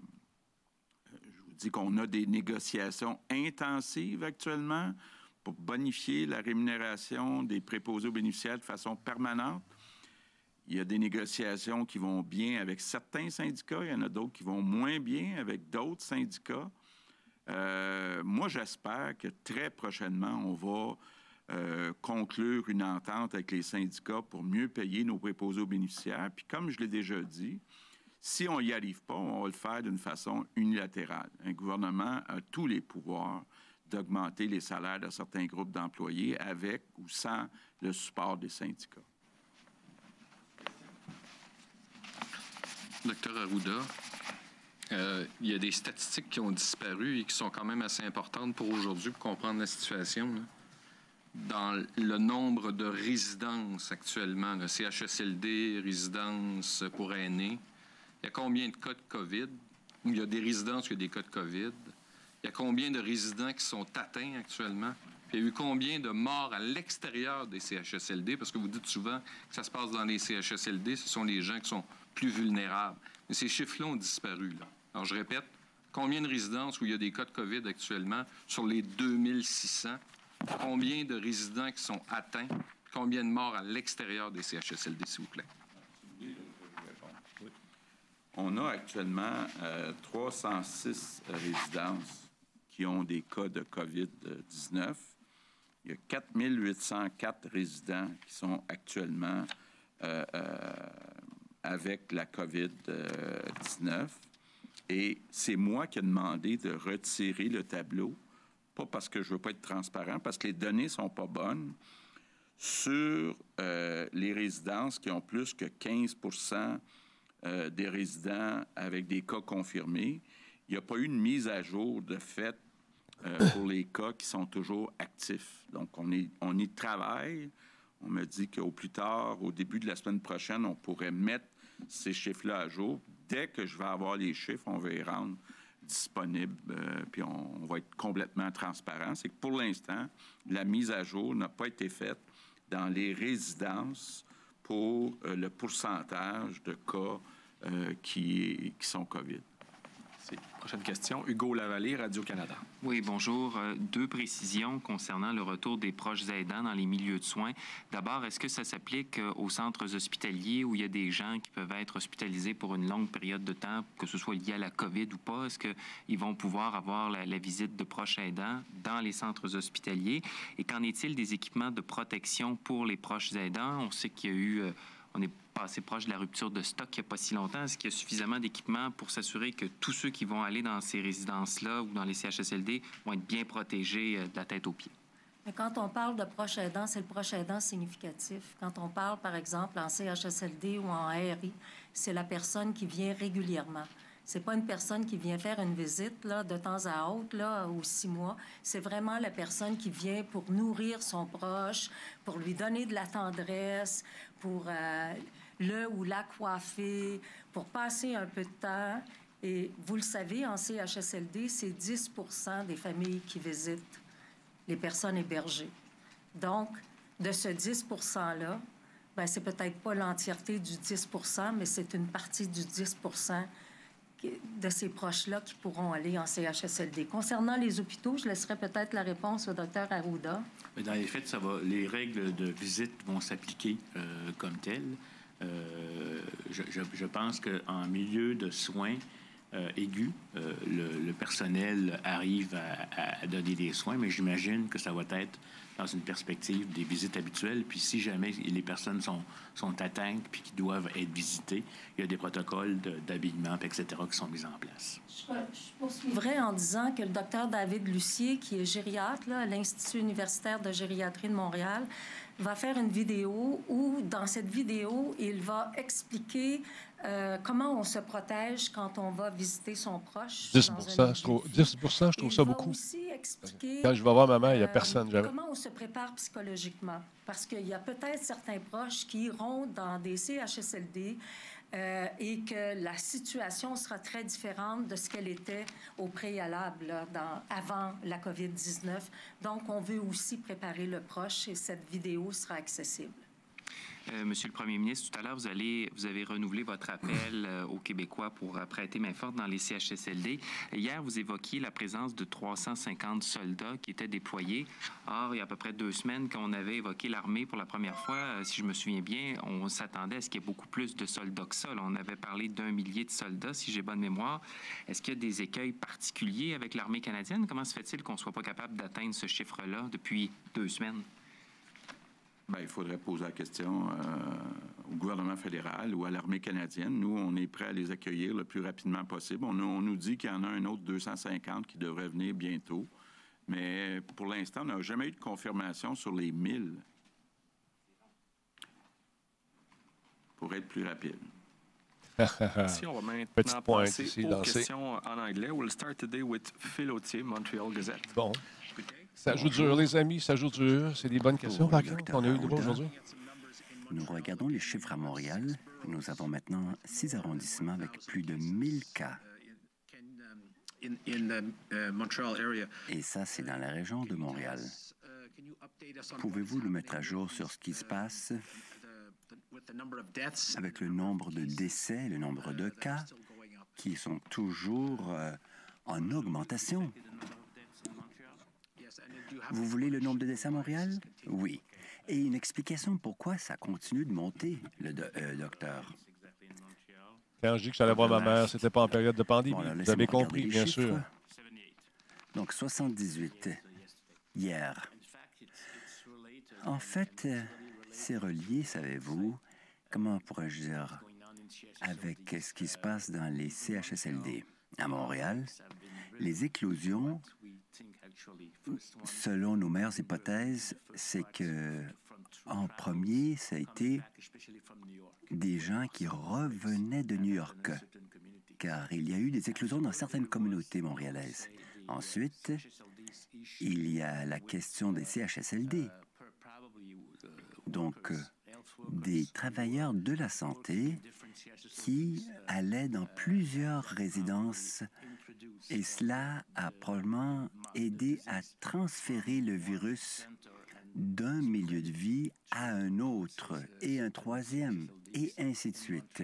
je vous dis qu'on a des négociations intensives actuellement pour bonifier la rémunération des préposés aux bénéficiaires de façon permanente. Il y a des négociations qui vont bien avec certains syndicats, il y en a d'autres qui vont moins bien avec d'autres syndicats. Moi, j'espère que très prochainement, on va conclure une entente avec les syndicats pour mieux payer nos préposés aux bénéficiaires. Puis comme je l'ai déjà dit, si on n'y arrive pas, on va le faire d'une façon unilatérale. Un gouvernement a tous les pouvoirs d'augmenter les salaires de certains groupes d'employés avec ou sans le support des syndicats. Docteur Arruda, il y a des statistiques qui ont disparu et qui sont quand même assez importantes pour aujourd'hui pour comprendre la situation, là. Dans le nombre de résidences actuellement, le CHSLD, résidences pour aînés, il y a combien de cas de COVID? Il y a des résidences où il y a des cas de COVID. Il y a combien de résidents qui sont atteints actuellement? Puis il y a eu combien de morts à l'extérieur des CHSLD? Parce que vous dites souvent que ça se passe dans les CHSLD, ce sont les gens qui sont plus vulnérables. Mais ces chiffres-là ont disparu, là. Alors, je répète, combien de résidences où il y a des cas de COVID actuellement sur les 2600? Combien de résidents qui sont atteints? Combien de morts à l'extérieur des CHSLD, s'il vous plaît? On a actuellement 306 résidences qui ont des cas de COVID-19. Il y a 4 804 résidents qui sont actuellement avec la COVID-19. Et c'est moi qui ai demandé de retirer le tableau, pas parce que je veux pas être transparent, parce que les données sont pas bonnes sur les résidences qui ont plus que 15 des résidents avec des cas confirmés. Il n'y a pas eu une mise à jour de fait pour les cas qui sont toujours actifs. Donc, on y travaille. On me dit qu'au plus tard, au début de la semaine prochaine, on pourrait mettre ces chiffres-là à jour. Dès que je vais avoir les chiffres, on va les rendre disponibles, puis on va être complètement transparent. C'est que pour l'instant, la mise à jour n'a pas été faite dans les résidences pour le pourcentage de cas qui sont COVID. Prochaine question. Hugo Lavallée, Radio-Canada. Oui, bonjour. Deux précisions concernant le retour des proches aidants dans les milieux de soins. D'abord, est-ce que ça s'applique aux centres hospitaliers où il y a des gens qui peuvent être hospitalisés pour une longue période de temps, que ce soit lié à la COVID ou pas? Est-ce qu'ils vont pouvoir avoir la visite de proches aidants dans les centres hospitaliers? Et qu'en est-il des équipements de protection pour les proches aidants? On sait qu'il y a eu... on est passé proche de la rupture de stock il n'y a pas si longtemps. Est-ce qu'il y a suffisamment d'équipements pour s'assurer que tous ceux qui vont aller dans ces résidences-là ou dans les CHSLD vont être bien protégés de la tête aux pieds? Mais quand on parle de proche aidant, c'est le proche aidant significatif. Quand on parle, par exemple, en CHSLD ou en ARI, c'est la personne qui vient régulièrement. C'est pas une personne qui vient faire une visite là, de temps à autre, là, aux 6 mois. C'est vraiment la personne qui vient pour nourrir son proche, pour lui donner de la tendresse, pour le ou la coiffer, pour passer un peu de temps. Et vous le savez, en CHSLD, c'est 10 % des familles qui visitent les personnes hébergées. Donc, de ce 10 %-là, bien, c'est peut-être pas l'entièreté du 10 %, mais c'est une partie du 10 % de ces proches-là qui pourront aller en CHSLD. Concernant les hôpitaux, je laisserai peut-être la réponse au Dr Arruda. Dans les faits, les règles de visite vont s'appliquer comme telles. Je pense qu'en milieu de soins aigus, le personnel arrive à donner des soins, mais j'imagine que ça va être dans une perspective des visites habituelles. Puis si jamais les personnes sont atteintes puis qui doivent être visitées, il y a des protocoles d'habillement, etc., qui sont mis en place. Je poursuivrai en disant que le docteur David Lucier, qui est gériatre là, à l'Institut universitaire de gériatrie de Montréal, va faire une vidéo où, dans cette vidéo, il va expliquer comment on se protège quand on va visiter son proche. 10 je trouve ça beaucoup. Quand je vais voir maman, il n'y a personne. Jamais. Comment on se prépare psychologiquement? Parce qu'il y a peut-être certains proches qui iront dans des CHSLD et que la situation sera très différente de ce qu'elle était au préalable, là, avant la COVID-19. Donc, on veut aussi préparer le proche et cette vidéo sera accessible. Monsieur le Premier ministre, tout à l'heure, vous avez renouvelé votre appel aux Québécois pour prêter main forte dans les CHSLD. Hier, vous évoquiez la présence de 350 soldats qui étaient déployés. Or, il y a à peu près 2 semaines qu'on avait évoqué l'armée pour la première fois. Si je me souviens bien, on s'attendait à ce qu'il y ait beaucoup plus de soldats que ça. Là, on avait parlé d'1 millier de soldats, si j'ai bonne mémoire. Est-ce qu'il y a des écueils particuliers avec l'armée canadienne? Comment se fait-il qu'on ne soit pas capable d'atteindre ce chiffre-là depuis 2 semaines? Bien, il faudrait poser la question au gouvernement fédéral ou à l'armée canadienne. Nous, on est prêts à les accueillir le plus rapidement possible. On nous dit qu'il y en a un autre 250 qui devrait venir bientôt. Mais pour l'instant, on n'a jamais eu de confirmation sur les 1000. Pour être plus rapide. Ici, on va maintenant passer aux questions en anglais. We'll start today with Phil Autier, Montreal Gazette. Bon. Ça joue dur, les amis, ça joue dur. C'est des bonnes questions, par contre, qu'on a eu droit aujourd'hui. Nous regardons les chiffres à Montréal. Nous avons maintenant 6 arrondissements avec plus de 1000 cas. Et ça, c'est dans la région de Montréal. Pouvez-vous nous mettre à jour sur ce qui se passe avec le nombre de décès, le nombre de cas qui sont toujours en augmentation? Vous voulez le nombre de décès à Montréal? Oui. Et une explication pourquoi ça continue de monter, le docteur. Quand je dis que j'allais voir ma mère, c'était pas en période de pandémie. Bon, vous avez compris, bien sûr. Donc, 78 hier. En fait, c'est relié, savez-vous, comment pourrais-je dire, avec ce qui se passe dans les CHSLD. À Montréal, les éclosions, selon nos meilleures hypothèses, c'est que en premier, ça a été des gens qui revenaient de New York, car il y a eu des éclosions dans certaines communautés montréalaises. Ensuite, il y a la question des CHSLD. Donc, des travailleurs de la santé qui allaient dans plusieurs résidences et cela a probablement aidé à transférer le virus d'un milieu de vie à un autre et un troisième et ainsi de suite.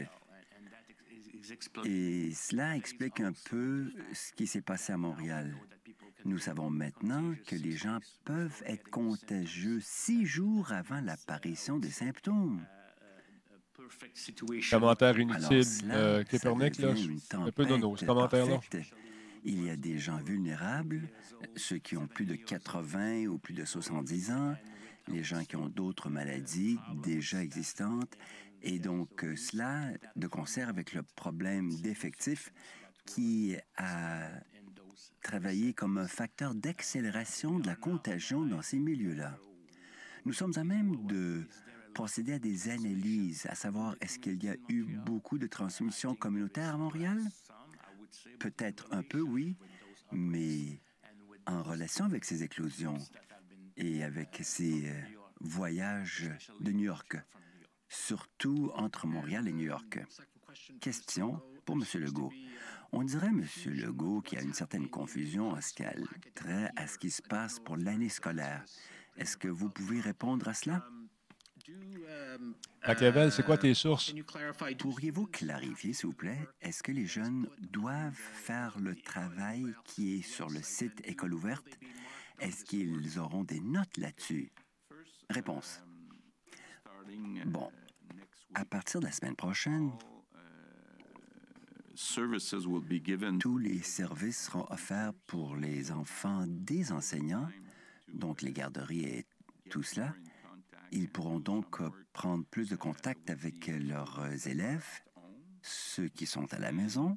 Et cela explique un peu ce qui s'est passé à Montréal. Nous savons maintenant que les gens peuvent être contagieux 6 jours avant l'apparition des symptômes. Commentaire inutile. Képernick, là, un peu nono, ce commentaire-là. Il y a des gens vulnérables, ceux qui ont plus de 80 ou plus de 70 ans, les gens qui ont d'autres maladies déjà existantes, et donc cela de concert avec le problème d'effectifs qui a travaillé comme un facteur d'accélération de la contagion dans ces milieux-là. Nous sommes à même de procéder à des analyses, à savoir est-ce qu'il y a eu beaucoup de transmission communautaire à Montréal? Peut-être un peu, oui, mais en relation avec ces éclosions et avec ces voyages de New York, surtout entre Montréal et New York. Question pour M. Legault. On dirait, M. Legault, qu'il y a une certaine confusion en ce qui a trait à ce qui se passe pour l'année scolaire. Est-ce que vous pouvez répondre à cela? Machiavel, c'est quoi tes sources? Pourriez-vous clarifier, s'il vous plaît, est-ce que les jeunes doivent faire le travail qui est sur le site École ouverte? Est-ce qu'ils auront des notes là-dessus? Réponse. Bon, à partir de la semaine prochaine, tous les services seront offerts pour les enfants des enseignants, donc les garderies et tout cela. Ils pourront donc prendre plus de contact avec leurs élèves, ceux qui sont à la maison.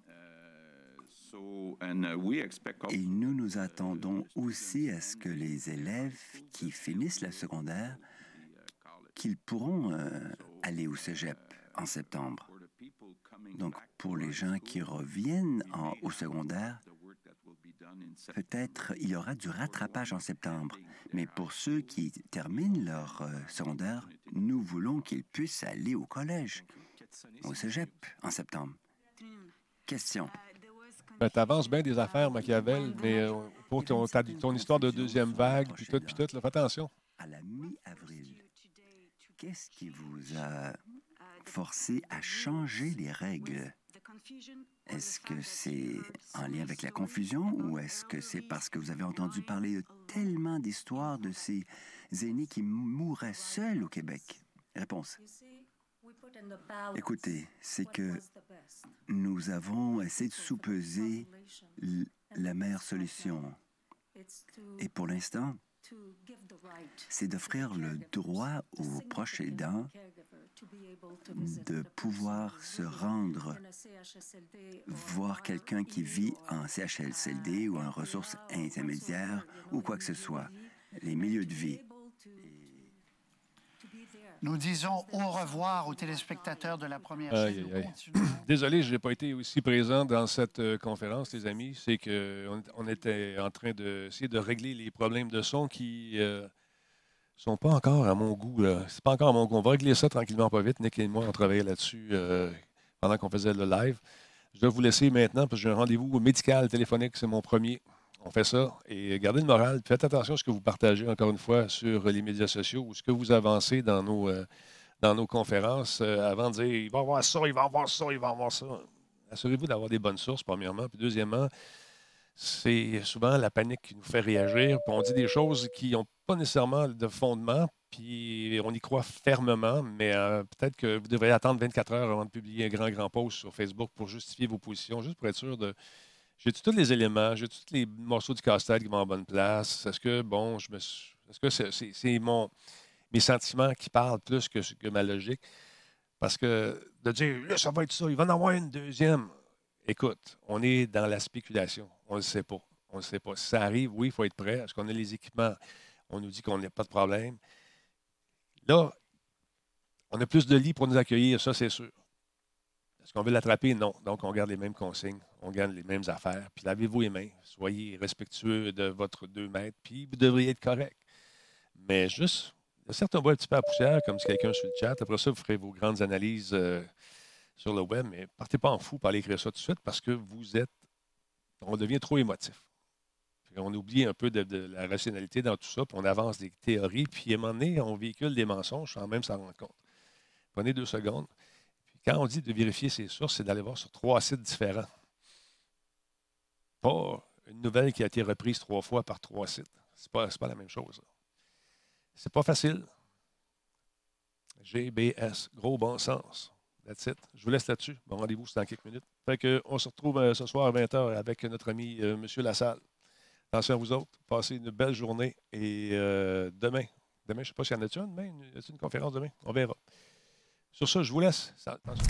Et nous attendons aussi à ce que les élèves qui finissent la secondaire, qu'ils pourront aller au cégep en septembre. Donc, pour les gens qui reviennent au secondaire, peut-être il y aura du rattrapage en septembre. Mais pour ceux qui terminent leur secondaire, nous voulons qu'ils puissent aller au collège, au cégep en septembre. Question. Ben, tu avances bien des affaires, Machiavel, mais pour ton histoire de deuxième vague, puis tout, là, fais attention. À la mi-avril, qu'est-ce qui vous a forcé à changer les règles? Est-ce que c'est en lien avec la confusion ou est-ce que c'est parce que vous avez entendu parler de tellement d'histoires de ces aînés qui mouraient seuls au Québec? Réponse. Écoutez, c'est que nous avons essayé de sous-peser la meilleure solution. Et pour l'instant, c'est d'offrir le droit aux proches aidants de pouvoir se rendre voir quelqu'un qui vit en CHSLD ou en ressources intermédiaires ou quoi que ce soit, les milieux de vie. Nous disons au revoir aux téléspectateurs de la première chaîne. Désolé, je n'ai pas été aussi présent dans cette conférence, les amis. C'est qu'on était en train d'essayer de régler les problèmes de son qui sont pas encore à mon goût. C'est pas encore à mon goût. On va régler ça tranquillement, pas vite. Nick et moi, on travaillait là-dessus pendant qu'on faisait le live. Je dois vous laisser maintenant parce que j'ai un rendez-vous médical téléphonique. C'est mon premier. On fait ça. Et gardez le moral. Faites attention à ce que vous partagez, encore une fois, sur les médias sociaux ou ce que vous avancez dans nos conférences avant de dire « il va y avoir ça, il va y avoir ça, il va y avoir ça ». Assurez-vous d'avoir des bonnes sources, premièrement. Puis deuxièmement, c'est souvent la panique qui nous fait réagir. Puis on dit des choses qui n'ont pas nécessairement de fondement, puis on y croit fermement, mais peut-être que vous devriez attendre 24 heures avant de publier un grand post sur Facebook pour justifier vos positions, juste pour être sûr de... J'ai-tu tous les éléments, j'ai tous les morceaux du casse-tête qui vont en bonne place? Est-ce que, bon, est-ce que c'est mes sentiments qui parlent plus que ma logique? Parce que de dire, là, ça va être ça, il va en avoir une deuxième. Écoute, on est dans la spéculation. On ne le sait pas. On ne sait pas. Si ça arrive, oui, il faut être prêt. Est-ce qu'on a les équipements? On nous dit qu'on n'a pas de problème. Là, on a plus de lits pour nous accueillir, ça, c'est sûr. Est-ce qu'on veut l'attraper? Non. Donc, on garde les mêmes consignes, on garde les mêmes affaires. Puis, lavez-vous les mains. Soyez respectueux de votre 2 mètres, puis vous devriez être correct. Mais juste, certes, on voit un petit peu la poussière, comme dit quelqu'un sur le chat. Après ça, vous ferez vos grandes analyses sur le web, mais partez pas en fou pour aller écrire ça tout de suite parce que on devient trop émotif. Puis on oublie un peu de la rationalité dans tout ça, puis on avance des théories, puis à un moment donné, on véhicule des mensonges sans même s'en rendre compte. Prenez 2 secondes. Puis quand on dit de vérifier ses sources, c'est d'aller voir sur 3 sites différents. Pas une nouvelle qui a été reprise 3 fois par 3 sites. C'est pas la même chose. Là. C'est pas facile. GBS, gros bon sens. That's it. Je vous laisse là-dessus. Bon rendez-vous, c'est dans quelques minutes. Fait que on se retrouve ce soir à 20h avec notre ami M. Lassalle. Attention à vous autres. Passez une belle journée. Et demain, je ne sais pas s'il y en a-t-il demain. Y a-t-il une conférence demain? On verra. Sur ça, je vous laisse. Attention.